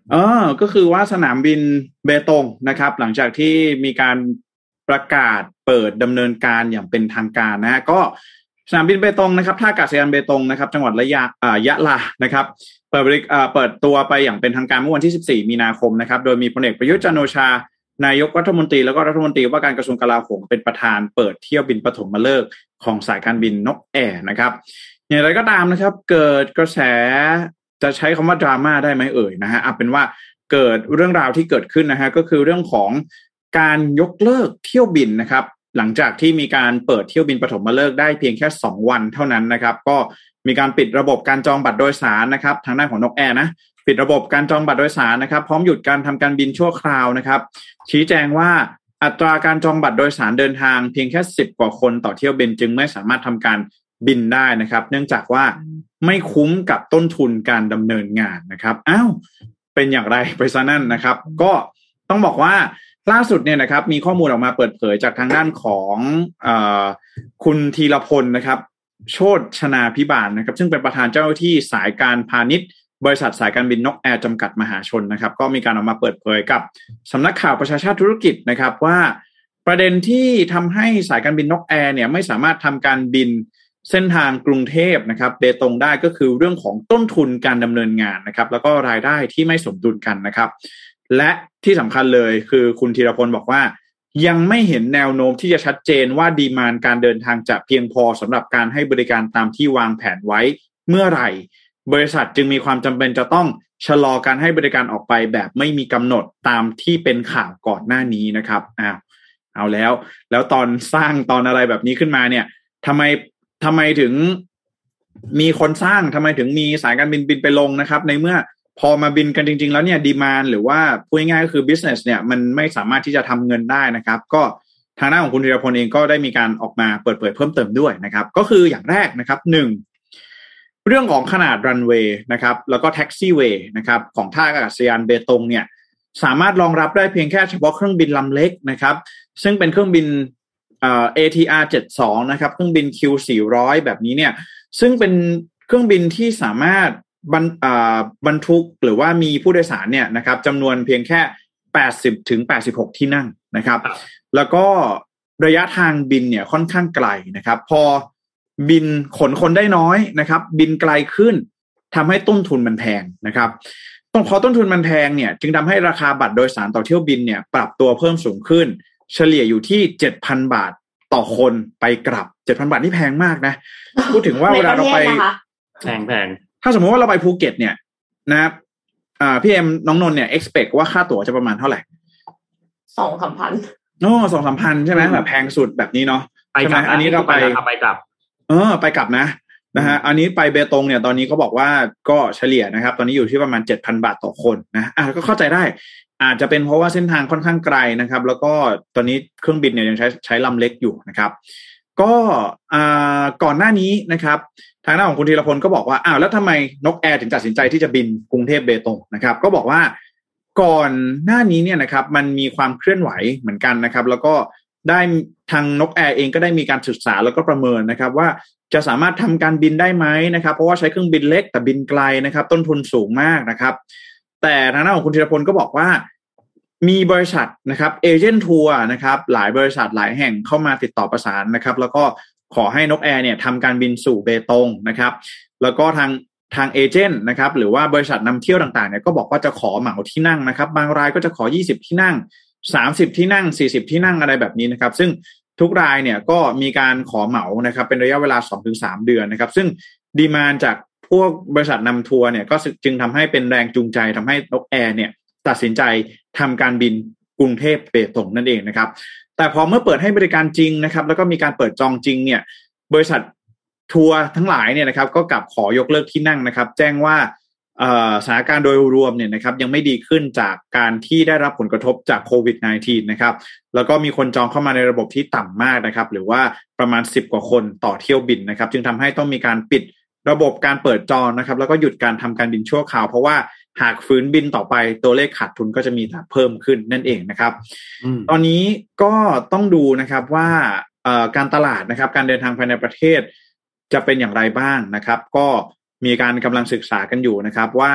ก็คือว่าสนามบินเบตงนะครับหลังจากที่มีการประกาศเปิดดำเนินการอย่างเป็นทางการนะฮะก็สนามบินเบตงนะครับท่าอากาศยานเบตงนะครับจังหวัดยะลานะครับเปิดตัวไปอย่างเป็นทางการเมื่อวันที่14มีนาคมนะครับโดยมีพลเอกประยุทธ์จันทร์โอชานายกรัฐมนตรีแล้วก็รัฐมนตรีว่าการกระทรวงกลาโหมเป็นประธานเปิดเที่ยวบินปฐมฤกษ์ของสายการบินนกแอร์นะครับอย่างไรก็ตามนะครับเกิดกระแสจะใช้คำว่าดราม่าได้ไหมนะฮะเป็นว่าเกิดเรื่องราวที่เกิดขึ้นนะฮะก็คือเรื่องของการยกเลิกเที่ยวบินนะครับหลังจากที่มีการเปิดเที่ยวบินปฐมฤกษ์ได้เพียงแค่2วันเท่านั้นนะครับก็มีการปิดระบบการจองบัตรโดยสารนะครับทางด้านของนกแอร์นะปิดระบบการจองบัตรโดยสารนะครับพร้อมหยุดการทำการบินชั่วคราวนะครับชี้แจงว่าอัตราการจองบัตรโดยสารเดินทางเพียงแค่10กว่าคนต่อเที่ยวบินจึงไม่สามารถทำการบินได้นะครับเนื่องจากว่าไม่คุ้มกับต้นทุนการดำเนินงานนะครับเป็นอย่างไรไปซะนั่นนะครับก็ต้องบอกว่าล่าสุดเนี่ยนะครับมีข้อมูลออกมาเปิดเผยจากทางด้านของคุณธีรพลนะครับโชติชนาภิบาลนะครับซึ่งเป็นประธานเจ้าหน้าที่สายการพาณิชย์บริษัทสายการบินนกแอร์จำกัดมหาชนนะครับก็มีการออกมาเปิดเผยกับสำนักข่าวประชาชาติธุรกิจนะครับว่าประเด็นที่ทำให้สายการบินนกแอร์เนี่ยไม่สามารถทำการบินเส้นทางกรุงเทพนะครับเบตงได้ก็คือเรื่องของต้นทุนการดำเนินงานนะครับแล้วก็รายได้ที่ไม่สมดุลกันนะครับและที่สำคัญเลยคือคุณธีรพลบอกว่ายังไม่เห็นแนวโน้มที่จะชัดเจนว่าดีมานด์การเดินทางจะเพียงพอสำหรับการให้บริการตามที่วางแผนไว้เมื่อไหร่บริษัทจึงมีความจำเป็นจะต้องชะลอการให้บริการออกไปแบบไม่มีกำหนดตามที่เป็นข่าวก่อนหน้านี้นะครับเอาแล้วตอนสร้างตอนอะไรแบบนี้ขึ้นมาเนี่ยทำไมถึงมีคนสร้างทำไมถึงมีสายการบินไปลงนะครับในเมื่อพอมาบินกันจริงๆแล้วเนี่ยดีมานด์หรือว่าพูดง่ายๆก็คือ business เนี่ยมันไม่สามารถที่จะทำเงินได้นะครับก็ทางด้านของคุณธีรพลเองก็ได้มีการออกมาเปิดเผยเพิ่มเติมด้วยนะครับก็คืออย่างแรกนะครับ1เรื่องของขนาดรันเวย์นะครับแล้วก็แท็กซี่เวย์นะครับของท่าอากาศยานเบตงเนี่ยสามารถรองรับได้เพียงแค่เฉพาะเครื่องบินลำเล็กนะครับซึ่งเป็นเครื่องบินATR 72นะครับเครื่องบิน Q400 แบบนี้เนี่ยซึ่งเป็นเครื่องบินที่สามารถบรรทุกหรือว่ามีผู้โดยสารเนี่ยนะครับจำนวนเพียงแค่80ถึง86ที่นั่งนะครับแล้วก็ระยะทางบินเนี่ยค่อนข้างไกลนะครับพอบินขนคนได้น้อยนะครับบินไกลขึ้นทำให้ต้นทุนมันแพงนะครับพอต้นทุนมันแพงเนี่ยจึงทำให้ราคาบัตรโดยสารต่อเที่ยวบินเนี่ยปรับตัวเพิ่มสูงขึ้นเฉลี่ยอยู่ที่ 7,000 บาทต่อคนไปกลับ 7,000 บาทนี่แพงมากนะพูดถึงว่าเวลาเราไปแพงถ้าสมมติว่าเราไปภูเก็ตเนี่ยนะครับพี่เอ็มน้องนนท์เนี่ย expect ว่าค่าตั๋วจะประมาณเท่าไหร่ 2-3 พัน 2-3 พันใช่ไหมแบบแพงสุดแบบนี้เนาะใช่ไหมอันนี้เราไปกลับไปกลับนะฮะอันนี้ไปเบตงเนี่ยตอนนี้เขาบอกว่าก็เฉลี่ยนะครับตอนนี้อยู่ที่ประมาณ 7,000 บาทต่อคนนะก็เข้าใจได้อาจจะเป็นเพราะว่าเส้นทางค่อนข้างไกลนะครับแล้วก็ตอนนี้เครื่องบินเนี่ยยังใช้ลำเล็กอยู่นะครับก็ก่อนหน้านี้นะครับทางด้านของคุณธีรพลก็บอกว่าแล้วทำไมนกแอร์ถึงตัดสินใจที่จะบินกรุงเทพเบตงนะครับก็บอกว่าก่อนหน้านี้เนี่ยนะครับมันมีความเคลื่อนไหวเหมือนกันนะครับแล้วก็ได้ทางนกแอร์เองก็ได้มีการศึกษาแล้วก็ประเมินนะครับว่าจะสามารถทำการบินได้ไหมนะครับเพราะว่าใช้เครื่องบินเล็กแต่บินไกลนะครับต้นทุนสูงมากนะครับแต่ทางด้านของคุณธีรพลก็บอกว่ามีบริษัทนะครับเอเจนต์ทัวร์นะครับหลายบริษัทหลายแห่งเข้ามาติดต่อประสานนะครับแล้วก็ขอให้นกแอร์เนี่ยทำการบินสู่เบตงนะครับแล้วก็ทางเอเจนต์นะครับหรือว่าบริษัทนำเที่ยวต่างๆเนี่ยก็บอกว่าจะขอเหมาที่นั่งนะครับบางรายก็จะขอ20ที่นั่ง30ที่นั่ง40ที่นั่งอะไรแบบนี้นะครับซึ่งทุกรายเนี่ยก็มีการขอเหมานะครับเป็นระยะเวลา 2-3 เดือนนะครับซึ่งดีมานด์จากพวกบริษัทนำทัวร์เนี่ยก็จึงทำให้เป็นแรงจูงใจทำให้นกแอร์เนี่ยตัดสินใจทำการบินกรุงเทพเบตงนั่นเองนะครับแต่พอเมื่อเปิดให้บริการจริงนะครับแล้วก็มีการเปิดจองจริงเนี่ยบริษัททัวร์ทั้งหลายเนี่ยนะครับก็กลับขอยกเลิกที่นั่งนะครับแจ้งว่าสถานการณ์โดยรวมเนี่ยนะครับยังไม่ดีขึ้นจากการที่ได้รับผลกระทบจากโควิด -19 นะครับแล้วก็มีคนจองเข้ามาในระบบที่ต่ำมากนะครับหรือว่าประมาณ10กว่าคนต่อเที่ยวบินนะครับจึงทำให้ต้องมีการปิดระบบการเปิดจองนะครับแล้วก็หยุดการทำการบินชั่วคราวเพราะว่าหากฝืนบินต่อไปตัวเลขขาดทุนก็จะมีแต่เพิ่มขึ้นนั่นเองนะครับตอนนี้ก็ต้องดูนะครับว่าการตลาดนะครับการเดินทางภายในประเทศจะเป็นอย่างไรบ้างนะครับก็มีการกำลังศึกษากันอยู่นะครับว่า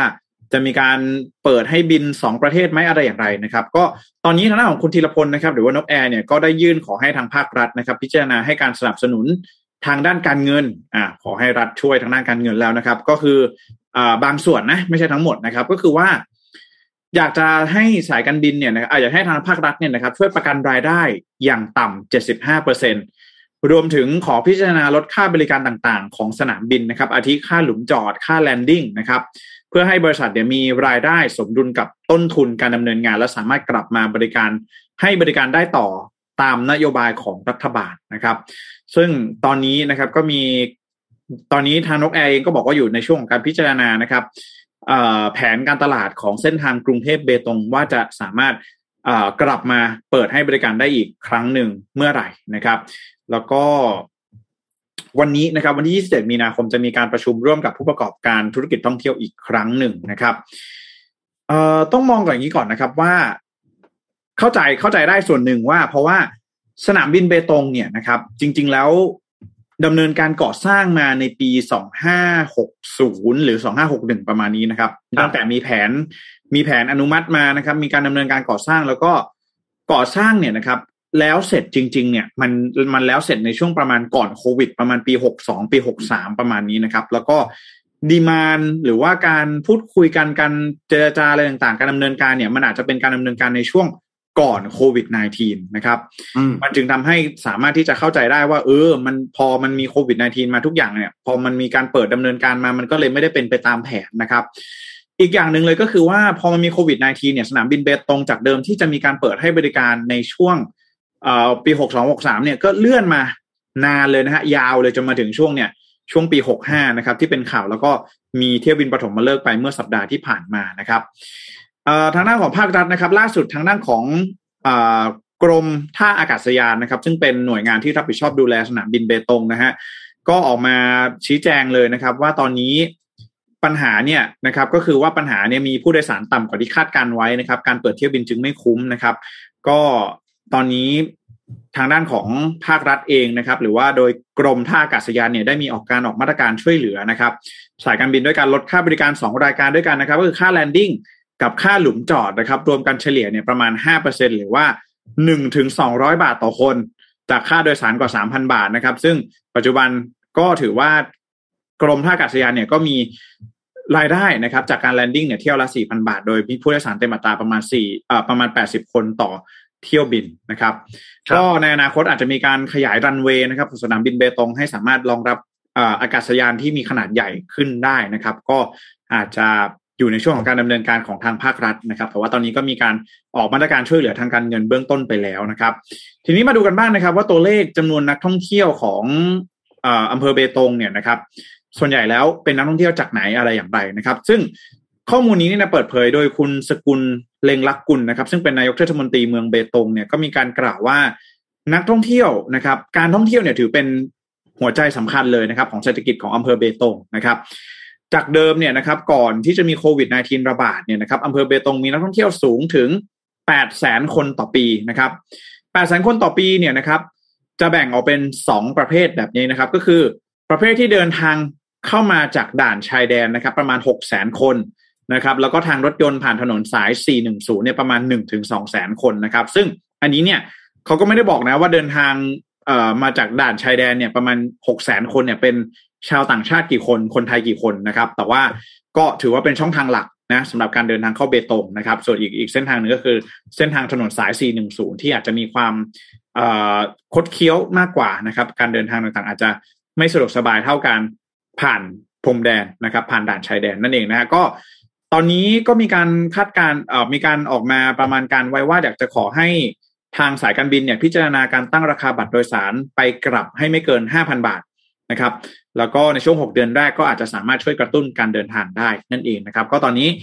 จะมีการเปิดให้บิน2ประเทศไหมอะไรอย่างไรนะครับก็ตอนนี้ทางด้านของคุณธีรพลนะครับหรือว่านกแอร์เนี่ยก็ได้ยื่นขอให้ทางภาครัฐนะครับพิจารณาให้การสนับสนุนทางด้านการเงินขอให้รัฐช่วยทางด้านการเงินแล้วนะครับก็คือบางส่วนนะไม่ใช่ทั้งหมดนะครับก็คือว่าอยากจะให้สายการบินเนี่ยนะอยากให้ทางภาครัฐเนี่ยนะครับช่วยประกันรายได้อย่างต่ำ 75%รวมถึงขอพิจารณาลดค่าบริการต่างๆของสนามบินนะครับอาทิค่าหลุมจอดค่าแลนดิ้งนะครับเพื่อให้บริษัทเนี่ยมีรายได้สมดุลกับต้นทุนการดำเนินงานและสามารถกลับมาให้บริการได้ต่อตามนโยบายของรัฐบาลนะครับซึ่งตอนนี้นะครับก็มีตอนนี้ทางนกแอร์เองก็บอกว่าอยู่ในช่วงของการพิจารณานะครับแผนการตลาดของเส้นทางกรุงเทพเบตงว่าจะสามารถกลับมาเปิดให้บริการได้อีกครั้งหนึ่งเมื่อไหร่นะครับแล้วก็วันนี้นะครับวันที่27มีนาคมจะมีการประชุมร่วมกับผู้ประกอบการธุรกิจท่องเที่ยวอีกครั้งหนึ่งนะครับต้องมองก่อนอย่างนี้ก่อนนะครับว่าเข้าใจได้ส่วนหนึ่งว่าเพราะว่าสนามบินเบตงเนี่ยนะครับจริงๆแล้วดำเนินการก่อสร้างมาในปี2560หรือ2561ประมาณนี้นะครับตั้งแต่มีแผนอนุมัติมานะครับมีการดำเนินการก่อสร้างแล้วก็ก่อสร้างเนี่ยนะครับแล้วเสร็จจริงๆเนี่ยมันแล้วเสร็จในช่วงประมาณก่อนโควิดประมาณปี62ปี63ประมาณนี้นะครับแล้วก็ดีมานด์หรือว่าการพูดคุยกันการเจรจาอะไรต่างๆการดำเนินการเนี่ยมันอาจจะเป็นการดำเนินการในช่วงก่อนโควิด -19 นะครับมันจึงทำให้สามารถที่จะเข้าใจได้ว่ามันพอมันมีโควิด -19 มาทุกอย่างเนี่ยพอมันมีการเปิดดำเนินการมามันก็เลยไม่ได้เป็นไปตามแผนนะครับอีกอย่างหนึ่งเลยก็คือว่าพอมันมีโควิด -19 เนี่ยสนามบินเบตงจากเดิมที่จะมีการเปิดให้บริการในช่วงปี62-63เนี่ยก็เลื่อนมานานเลยนะฮะยาวเลยจนมาถึงช่วงปี65นะครับที่เป็นข่าวแล้วก็มีเที่ยวบินปฐมฤกษ์ไปเมื่อสัปดาห์ที่ผ่านมานะครับทางด้านของภาครัฐนะครับล่าสุดทางด้านของกรมท่าอากาศยานนะครับซึ่งเป็นหน่วยงานที่รับผิดชอบดูแลสนามบินเบตงนะฮะก็ออกมาชี้แจงเลยนะครับว่าตอนนี้ปัญหาเนี่ยนะครับก็คือว่าปัญหาเนี่ยมีผู้โดยสารต่ำกว่าที่คาดการไว้นะครับการเปิดเที่ยวบินจึงไม่คุ้มนะครับก็ตอนนี้ทางด้านของภาครัฐเองนะครับหรือว่าโดยกรมท่าอากาศยานเนี่ยได้มีออกมาตรการช่วยเหลือนะครับสายการบินด้วยการลดค่าบริการ2รายการด้วยกันนะครับก็คือค่าแลนดิ้งกับค่าหลุมจอดนะครับรวมกันเฉลี่ยเนี่ยประมาณ 5% หรือว่า 1-200 บาทต่อคนจากค่าโดยสารกว่า 3,000 บาทนะครับซึ่งปัจจุบันก็ถือว่ากรมท่าอากาศยานเนี่ยก็มีรายได้นะครับจากการแลนดิ้งเนี่ยเที่ยวละ 4,000 บาทโดยมีผู้โดยสารเต็มอัตราประมาณ80คนต่อเที่ยวบินนะครับก็ในอนาคตอาจจะมีการขยายรันเวย์นะครับสนามบินเบตงให้สามารถรองรับอากาศยานที่มีขนาดใหญ่ขึ้นได้นะครับก็อาจจะอยู่ในช่วงของการดำเนินการของทางภาครัฐนะครับแต่ว่าตอนนี้ก็มีการออกมาตรการช่วยเหลือทางการเงินเบื้องต้นไปแล้วนะครับทีนี้มาดูกันบ้างนะครับว่าตัวเลขจำนวนนักท่องเที่ยวของอำเภอเบตงเนี่ยนะครับส่วนใหญ่แล้วเป็นนักท่องเที่ยวจากไหนอะไรอย่างไรนะครับซึ่งข้อมูลนี้เนี่ยเปิดเผยโดยคุณสกุลเล็งลักษณ์กุลนะครับซึ่งเป็นนายกเทศมนตรีเมืองเบตงเนี่ยก็มีการกล่าวว่านักท่องเที่ยวนะครับการท่องเที่ยวเนี่ยถือเป็นหัวใจสำคัญเลยนะครับของเศรษฐกิจของอำเภอเบตงนะครับจากเดิมเนี่ยนะครับก่อนที่จะมีโควิด -19 ระบาดเนี่ยนะครับอำเภอเบตงมีนักท่องเที่ยวสูงถึง 800,000 คนต่อปีนะครับ 800,000 คนต่อปีเนี่ยนะครับจะแบ่งออกเป็น2ประเภทแบบนี้นะครับก็คือประเภทที่เดินทางเข้ามาจากด่านชายแดนนะครับประมาณ 600,000 คนนะครับแล้วก็ทางรถยนต์ผ่านถนนสาย410เนี่ยประมาณ 1-200,000 คนนะครับซึ่งอันนี้เนี่ยเขาก็ไม่ได้บอกนะว่าเดินทางมาจากด่านชายแดนเนี่ยประมาณ 600,000 คนเนี่ยเป็นชาวต่างชาติกี่คนคนไทยกี่คนนะครับแต่ว่าก็ถือว่าเป็นช่องทางหลักนะสำหรับการเดินทางเข้าเบตงนะครับส่วนอีกเส้นทางนึงก็คือเส้นทางถนนสาย410ที่อาจจะมีความคดเคี้ยวมากกว่านะครับการเดินทางต่างๆอาจจะไม่สะดวกสบายเท่าการผ่านพรมแดนนะครับผ่านด่านชายแดนนั่นเองนะฮะก็ตอนนี้ก็มีการคาดการณ์มีการออกมาประมาณการไว้ว่าอยากจะขอให้ทางสายการบินเนี่ยพิจารณาการตั้งราคาบัตรโดยสารไปกลับให้ไม่เกิน 5,000 บาทนะครับแล้วก็ในช่วง6เดือนแรกก็อาจจะสามารถช่วยกระตุ้นการเดินทางได้นั่นเองนะครับก็ตอนนี้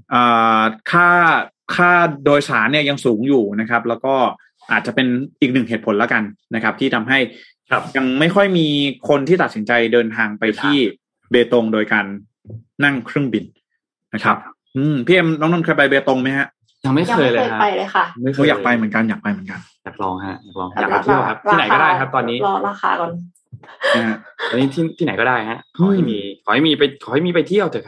ค่าโดยสารเนี่ยยังสูงอยู่นะครับแล้วก็อาจจะเป็นอีกหนึ่งเหตุผลแล้วกันนะครับที่ทำให้ยังไม่ค่อยมีคนที่ตัดสินใจเดินทางไปที่เบตงโดยการนั่งเครื่องบินนะครับพี่เอ็มน้องนนท์เคยไปเบตงไหมฮะยังไม่เคยเลยไปเลยค่ะอยากไปเหมือนกันอยากลองฮะอยากเที่ยวครับที่ไหนก็ได้ครับตอนนี้รอราคาก่อนตอนนี้ที่ไหนก็ได้ฮะขอให้มีไปเที่ยวเถอะครับ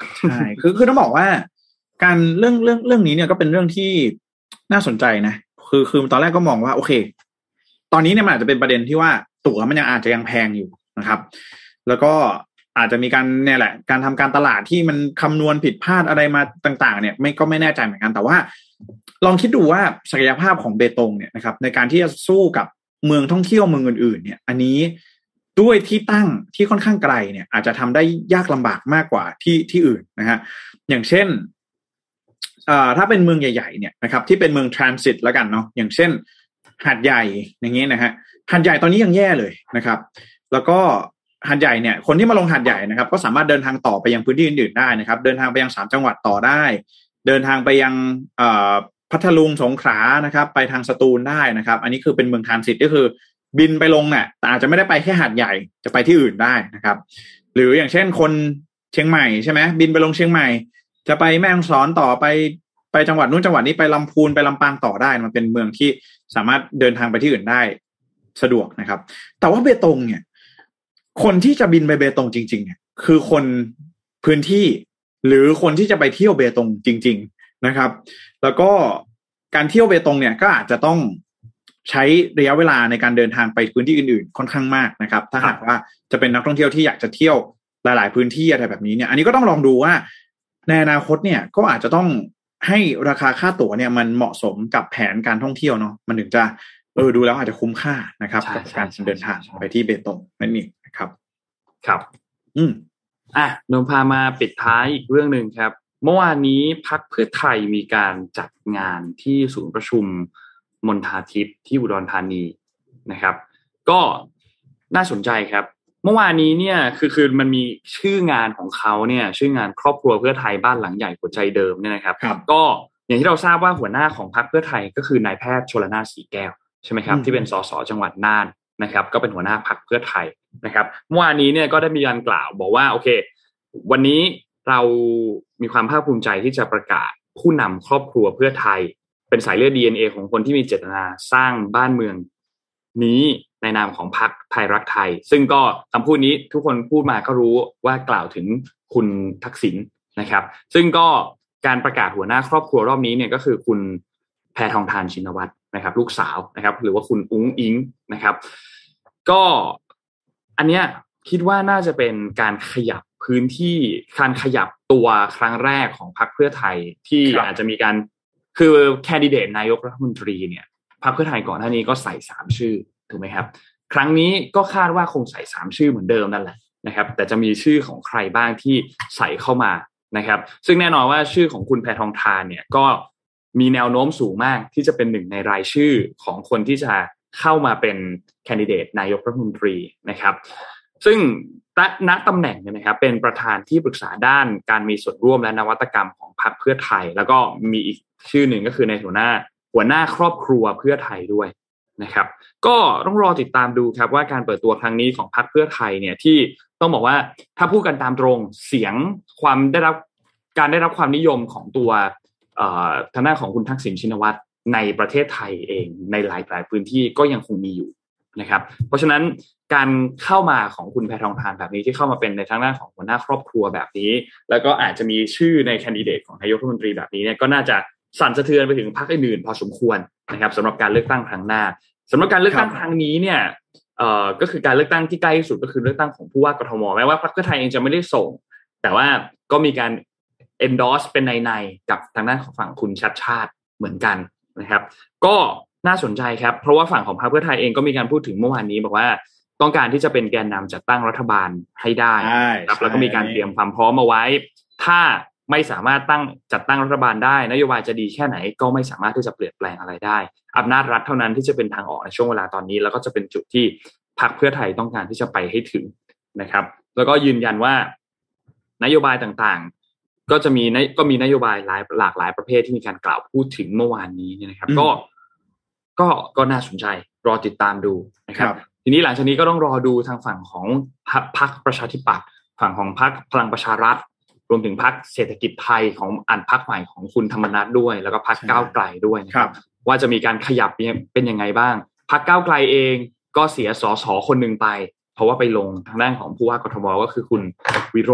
ใช่คือต้องบอกว่าการเรื่องนี้เนี่ยก็เป็นเรื่องที่น่าสนใจนะคือตอนแรกก็มองว่าโอเคตอนนี้เนี่ยมันอาจจะเป็นประเด็นที่ว่าตั๋วมันอาจจะยังแพงอยู่นะครับแล้วก็อาจจะมีการเนี่ยแหละการทำการตลาดที่มันคำนวณผิดพลาดอะไรมาต่างๆเนี่ยก็ไม่แน่ใจเหมือนกันแต่ว่าลองคิดดูว่าศักยภาพของเบตงเนี่ยนะครับในการที่จะสู้กับเมืองท่องเที่ยวเมืองอื่นๆเนี่ยอันนี้ด้วยที่ตั้งที่ค่อนข้างไกลเนี่ยอาจจะทำได้ยากลำบากมากกว่าที่อื่นนะฮะอย่างเช่นถ้าเป็นเมืองใหญ่ๆเนี่ยนะครับที่เป็นเมืองทรานสิตแล้วกันเนาะอย่างเช่นหาดใหญ่อย่างนี้นะฮะหาดใหญ่ตอนนี้ยังแย่เลยนะครับแล้วก็หาดใหญ่เนี่ยคนที่มาลงหาดใหญ่นะครับก็สามารถเดินทางต่อไปยังพื้นที่อื่นๆได้นะครับเดินทางไปยัง3จังหวัดต่อได้เดินทางไปยังพัทลุงสงขลานะครับไปทางสตูลได้นะครับอันนี้คือเป็นเมืองทรานสิตก็คือบินไปลงเนี่ยแต่อาจจะไม่ได้ไปแค่หาดใหญ่จะไปที่อื่นได้นะครับหรืออย่างเช่นคนเชียงใหม่ใช่ไหมบินไปลงเชียงใหม่จะไปแม่ฮ่องสอนต่อไปจังหวัดนู้นจังหวัดนี้ไปลำพูนไปลำปางต่อได้มันเป็นเมืองที่สามารถเดินทางไปที่อื่นได้สะดวกนะครับแต่ว่าเบตงเนี่ยคนที่จะบินไปเบตงจริงๆเนี่ยคือคนพื้นที่หรือคนที่จะไปเที่ยวเบตงจริงๆนะครับแล้วก็การเที่ยวเบตงเนี่ยก็อาจจะต้องใช้ระยะเวลาในการเดินทางไปพื้นที่อื่นๆค่อนข้างมากนะครับถ้าหากว่าจะเป็นนักท่องเที่ยวที่อยากจะเที่ยวหลายๆพื้นที่อะไรแบบนี้เนี่ยอันนี้ก็ต้องลองดูว่าในอนาคตเนี่ยก็อาจจะต้องให้ราคาค่าตั๋วเนี่ยมันเหมาะสมกับแผนการท่องเที่ยวเนาะมันถึงจะดูแล้วอาจจะคุ้มค่านะครับกับการเดินทางไปที่เบตงนั่นเองนะครับครับนนพามาปิดท้ายอีกเรื่องนึงครับเมื่อวานนี้พรรคเพื่อไทยมีการจัดงานที่ศูนย์ประชุมมณฑาทิพย์ที่อุดรธานีนะครับก็น่าสนใจครับเมื่อวานนี้เนี่ยคือมันมีชื่องานของเขาเนี่ยชื่องานครอบครัวเพื่อไทยบ้านหลังใหญ่หัวใจเดิมเนี่ยนะครับก็อย่างที่เราทราบว่าหัวหน้าของพรรคเพื่อไทยก็คือนายแพทย์ชลนาน ศรีแก้วใช่ไหมครับที่เป็นสสจังหวัดน่านนะครับก็เป็นหัวหน้าพรรคเพื่อไทยนะครับเมื่อวานนี้เนี่ยก็ได้มีการกล่าวบอกว่าโอเควันนี้เรามีความภาคภูมิใจที่จะประกาศผู้นำครอบครัวเพื่อไทยเป็นสายเลือด DNA ของคนที่มีเจตนาสร้างบ้านเมืองนี้ในนามของพรรคไทยรักไทยซึ่งก็คำพูดนี้ทุกคนพูดมาก็รู้ว่ากล่าวถึงคุณทักษิณนะครับซึ่งก็การประกาศหัวหน้าครอบครัวรอบนี้เนี่ยก็คือคุณแพทองธารชินวัตรนะครับลูกสาวนะครับหรือว่าคุณอุ๊งอิ๊งนะครับก็อันเนี้ยคิดว่าน่าจะเป็นการขยับพื้นที่การขยับตัวครั้งแรกของพรรคเพื่อไทยที่อาจจะมีการคือแคนดิเดตนายกรัฐมนตรีเนี่ยพรรคเพื่อไทยก่อนหน้านี้ก็ใส่3ชื่อถูกไหมครับครั้งนี้ก็คาดว่าคงใส่3ชื่อเหมือนเดิมนั่นแหละนะครับแต่จะมีชื่อของใครบ้างที่ใส่เข้ามานะครับซึ่งแน่นอนว่าชื่อของคุณแพทองธารเนี่ยก็มีแนวโน้มสูงมากที่จะเป็นหนึ่งในรายชื่อของคนที่จะเข้ามาเป็นแคนดิเดตนายกรัฐมนตรีนะครับซึ่งณตำแหน่งเนี่ยนะครับเป็นประธานที่ปรึกษาด้านการมีส่วนร่วมและนวัตกรรมของพรรคเพื่อไทยแล้วก็มีอีกชื่อหนึ่งก็คือในหัวหน้าครอบครัวเพื่อไทยด้วยนะครับก็ต้องรอติดตามดูครับว่าการเปิดตัวครั้งนี้ของพรรคเพื่อไทยเนี่ยที่ต้องบอกว่าถ้าพูดกันตามตรงเสียงความได้รับความนิยมของตัวทางด้านของคุณทักษิณชินวัตรในประเทศไทยเองในหลายพื้นที่ก็ยังคงมีอยู่นะครับเพราะฉะนั้นการเข้ามาของคุณแพทองธารแบบนี้ที่เข้ามาเป็นในทางด้านของหัวหน้าครอบครัวแบบนี้แล้วก็อาจจะมีชื่อในแคนดิเดตของนายกรัฐมนตรีแบบนี้เนี่ยก็น่าจะสั่นสะเทือนไปถึงพรรคอื่นๆพอสมควรนะครับสำหรับการเลือกตั้งครั้งหน้าสำหรับการเลือกตั้งครั้งนี้เนี่ยก็คือการเลือกตั้งที่ใกล้ที่สุดก็คือเลือกตั้งของผู้ว่ากทมแม้ว่าพรรคเพื่อไทยเองจะไม่ได้ส่งแต่ว่าก็มีการ endorse เป็นในกับทางด้านของฝั่งคุณชัชชาติเหมือนกันนะครับก็น่าสนใจครับเพราะว่าฝั่งของพรรคเพื่อไทยเองก็มีการพูดถึงเมื่อวานนี้บอกว่าต้องการที่จะเป็นแกนนำจัดตั้งรัฐบาลให้ได้ครับแล้วก็มีการเตรียมความพร้อมเอาไว้ถ้าไม่สามารถจัดตั้งรัฐบาลได้นโยบายจะดีแค่ไหนก็ไม่สามารถที่จะเปลี่ยนแปลงอะไรได้อำนาจรัฐเท่านั้นที่จะเป็นทางออกในช่วงเวลาตอนนี้แล้วก็จะเป็นจุดที่พรรคเพื่อไทยต้องการที่จะไปให้ถึงนะครับแล้วก็ยืนยันว่านโยบายต่างๆก็มีนโยบายหลากหลายประเภทที่มีการกล่าวพูดถึงเมื่อวานนี้นะครับก็น่าสนใจรอติดตามดูนะครับทีนี้หลังจากนี้ก็ต้องรอดูทางฝั่งของพรรคประชาธิปัตย์ฝั่งของพรรคพลังประชารัฐรวมถึงพรรคเศรษฐกิจไทยของพรรคใหม่ของคุณธรรมนัสด้วยแล้วก็พรรคก้าวไกลด้วยนะครับว่าจะมีการขยับเป็นยังไงบ้างพรรคก้าวไกลเองก็เสียสสคนนึงไปเพราะว่าไปลงทางด้านของผู้ว่ากทมก็คือคุณวิโรจน์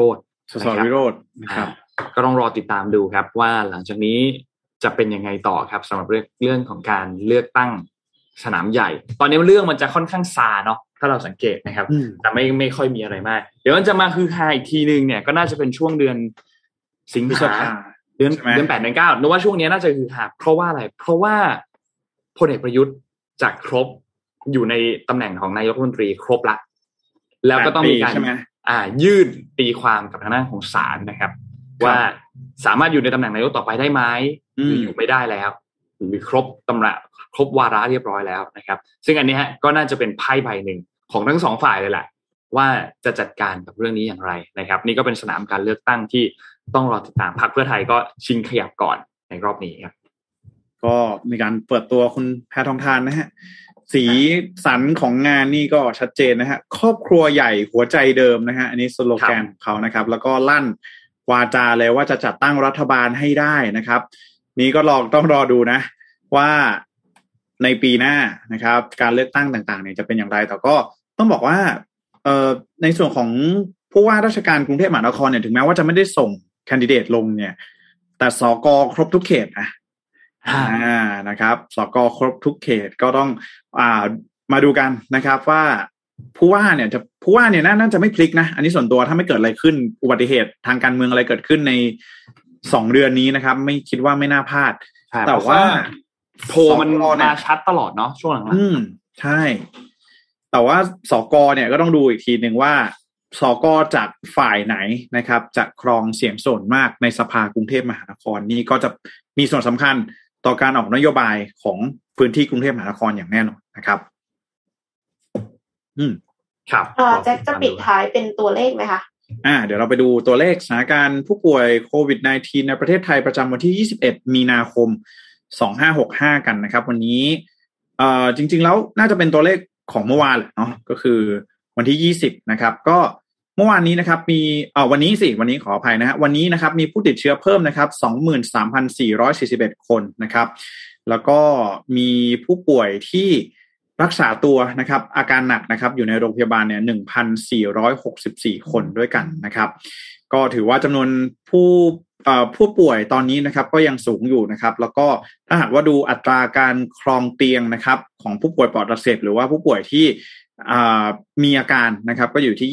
สสวิโรจน์นะครับก็ต้องรอติดตามดูครับว่าหลังจากนี้จะเป็นยังไงต่อครับสำหรับเรื่องของการเลือกตั้งสนามใหญ่ตอนนี้เรื่องมันจะค่อนข้างซาเนาะถ้าเราสังเกตนะครับแต่ไม่ค่อยมีอะไรมากเดี๋ยวมันจะมาคือฮาอีกทีนึงเนี่ยก็น่าจะเป็นช่วงเดือนสิงหาเดือน8 เดือน 9นึกว่าช่วงนี้น่าจะคือฮาเพราะว่าอะไรเพราะว่าพลเอกประยุทธ์จะครบอยู่ในตำแหน่งของนายกรัฐมนตรีครบละแล้วก็ต้องมีการยื่นตีความกับทางด้านของศาลนะครับว่าสามารถอยู่ในตำแหน่งนายกต่อไปได้ไหมหรืออยู่ไม่ได้แล้วหรือครบวาระเรียบร้อยแล้วนะครับซึ่งอันนี้ฮะก็น่าจะเป็นไพ่ใบหนึ่งของทั้งสองฝ่ายเลยแหละว่าจะจัดการกับเรื่องนี้อย่างไรนะครับนี่ก็เป็นสนามการเลือกตั้งที่ต้องรอติดตามพรรคเพื่อไทยก็ชิงขยับก่อนในรอบนี้ครับก็มีการเปิดตัวคุณแพทองธารนะฮะสีสันของงานนี่ก็ชัดเจนนะฮะครอบครัวใหญ่หัวใจเดิมนะฮะอันนี้สโลแกนของเขานะครับแล้วก็ลั่นวาจาเลยว่าจะจัดตั้งรัฐบาลให้ได้นะครับนี้ก็ต้องรอดูนะว่าในปีหน้านะครับการเลือกตั้งต่างๆเนี่ยจะเป็นอย่างไรแต่ก็ต้องบอกว่าในส่วนของผู้ว่าราชการกรุงเทพมหานครเนี่ยถึงแม้ว่าจะไม่ได้ส่งแคนดิเดตลงเนี่ยแต่สก.ครบทุกเขตนะครับสก.ครบทุกเขตก็ต้องมาดูกันนะครับว่าผู้ว่าเนี่ยน่าจะไม่พลิกนะอันนี้ส่วนตัวถ้าไม่เกิดอะไรขึ้นอุบัติเหตุทางการเมืองอะไรเกิดขึ้นใน2 เดือนนี้นะครับไม่คิดว่าไม่น่าพลาดแต่ว่าโพมันมาชัดตลอดเนาะช่วงหลังใช่แต่ว่าสก.เนี่ยก็ต้องดูอีกทีนึงว่าสก.จากฝ่ายไหนนะครับจะครองเสียงส่วนมากในสภากรุงเทพมหานครนี่ก็จะมีส่วนสำคัญต่อการออกนโยบายของพื้นที่กรุงเทพมหานครอย่างแน่นอนนะครับครับแจ็คจะปิดท้ายเป็นตัวเลขไหมคะเดี๋ยวเราไปดูตัวเลขสถานการณ์ผู้ป่วยโควิด -19 ในประเทศไทยประจำวันที่21มีนาคม2565กันนะครับวันนี้จริงๆแล้วน่าจะเป็นตัวเลขของเมื่อวานแหละเนาะก็คือวันที่20นะครับก็เมื่อวานนี้นะครับมีวันนี้ขออภัยนะฮะวันนี้นะครับมีผู้ติดเชื้อเพิ่มนะครับ 23,441 คนนะครับแล้วก็มีผู้ป่วยที่รักษาตัวนะครับอาการหนักนะครับอยู่ในโรงพยาบาลเนี่ย 1,464 คนด้วยกันนะครับก็ถือว่าจำนวนผู้ป่วยตอนนี้นะครับก็ยังสูงอยู่นะครับแล้วก็ถ้าหากว่าดูอัตราการครองเตียงนะครับของผู้ป่วยปอดอักเสบหรือว่าผู้ป่วยที่มีอาการนะครับก็อยู่ที่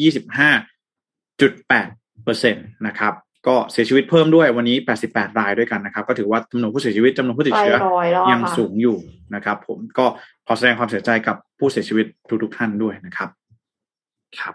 25.8% นะครับก็เสียชีวิตเพิ่มด้วยวันนี้88รายด้วยกันนะครับก็ถือว่าจำนวนผู้เสียชีวิตจำนวนผู้ติดเชื้อยังสูงอยู่นะครับผมก็ขอแสดงความเสียใจกับผู้เสียชีวิตทุกท่านด้วยนะครับครับ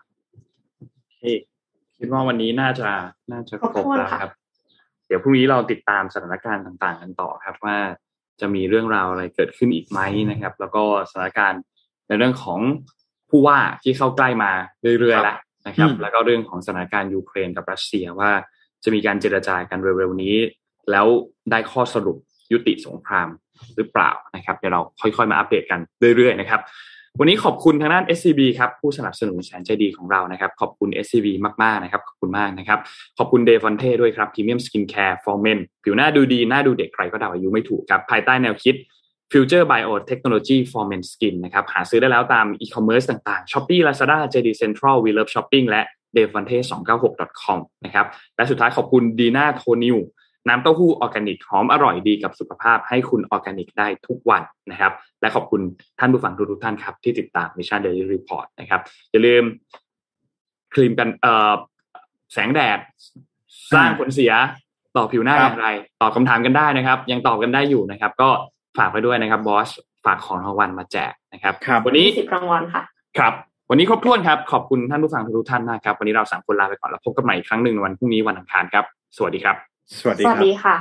คิดว่าวันนี้น่าจะครบแล้วครับเดี๋ยวพรุ่งนี้เราติดตามสถานการณ์ต่างๆกันต่อครับว่าจะมีเรื่องราวอะไรเกิดขึ้นอีกไหมนะครับแล้วก็สถานการณ์ในเรื่องของผู้ว่าที่เข้าใกล้มาเรื่อยๆแล้วนะครับแล้วก็เรื่องของสถานการณ์ยูเครนกับรัสเซียว่าจะมีการเจรจากันเร็วๆนี้แล้วได้ข้อสรุปยุติสงครามหรือเปล่านะครับเดี๋ยวเราค่อยๆมาอัปเดตกันเรื่อยๆนะครับวันนี้ขอบคุณทางด้าน SCB ครับผู้สนับสนุนแสนใจดีของเรานะครับขอบคุณ SCB มากๆนะครับขอบคุณมากนะครับขอบคุณเดฟอนเท่ด้วยครับพรีเมียมสกินแคร์ for men ผิวหน้าดูดีหน้าดูเด็กใครก็เดาอายุไม่ถูกครับภายใต้แนวคิด Future Biotechnology for Men Skin นะครับหาซื้อได้แล้วตามอีคอมเมิร์ซต่างๆ Shopee Lazada JD Central We Love Shopping และ devonte296.com นะครับและสุดท้ายขอบคุณดีน่าโทนิวน้ำเต้าหู้ออร์แกนิกหอมอร่อยดีกับสุขภาพให้คุณออร์แกนิกได้ทุกวันนะครับและขอบคุณท่านผู้ฟังทุกท่านครับที่ติดตาม Mission Daily Report นะครับอย่าลืมครีมกันแสงแดดสร้างผลเสียต่อผิวหน้าอย่างไรตอบคำถามกันได้นะครับยังตอบกันได้อยู่นะครับก็ฝากไปด้วยนะครับบอสฝากของรางวัลมาแจกนะครับวันนี้10รางวัลค่ะครับวันนี้ครบถ้วนครับขอบคุณท่านผู้ฟังทุกท่านนะครับวันนี้เรา3คนลาไปก่อนแล้วพบกันใหม่อีกครั้งนึงในวันพรุ่งนี้วันอังคารครับสวัสดีครับสวัสดีค่ะ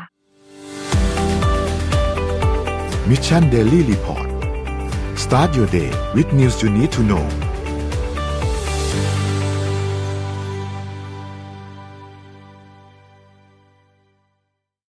Mission Daily Report Start your day with news you need to know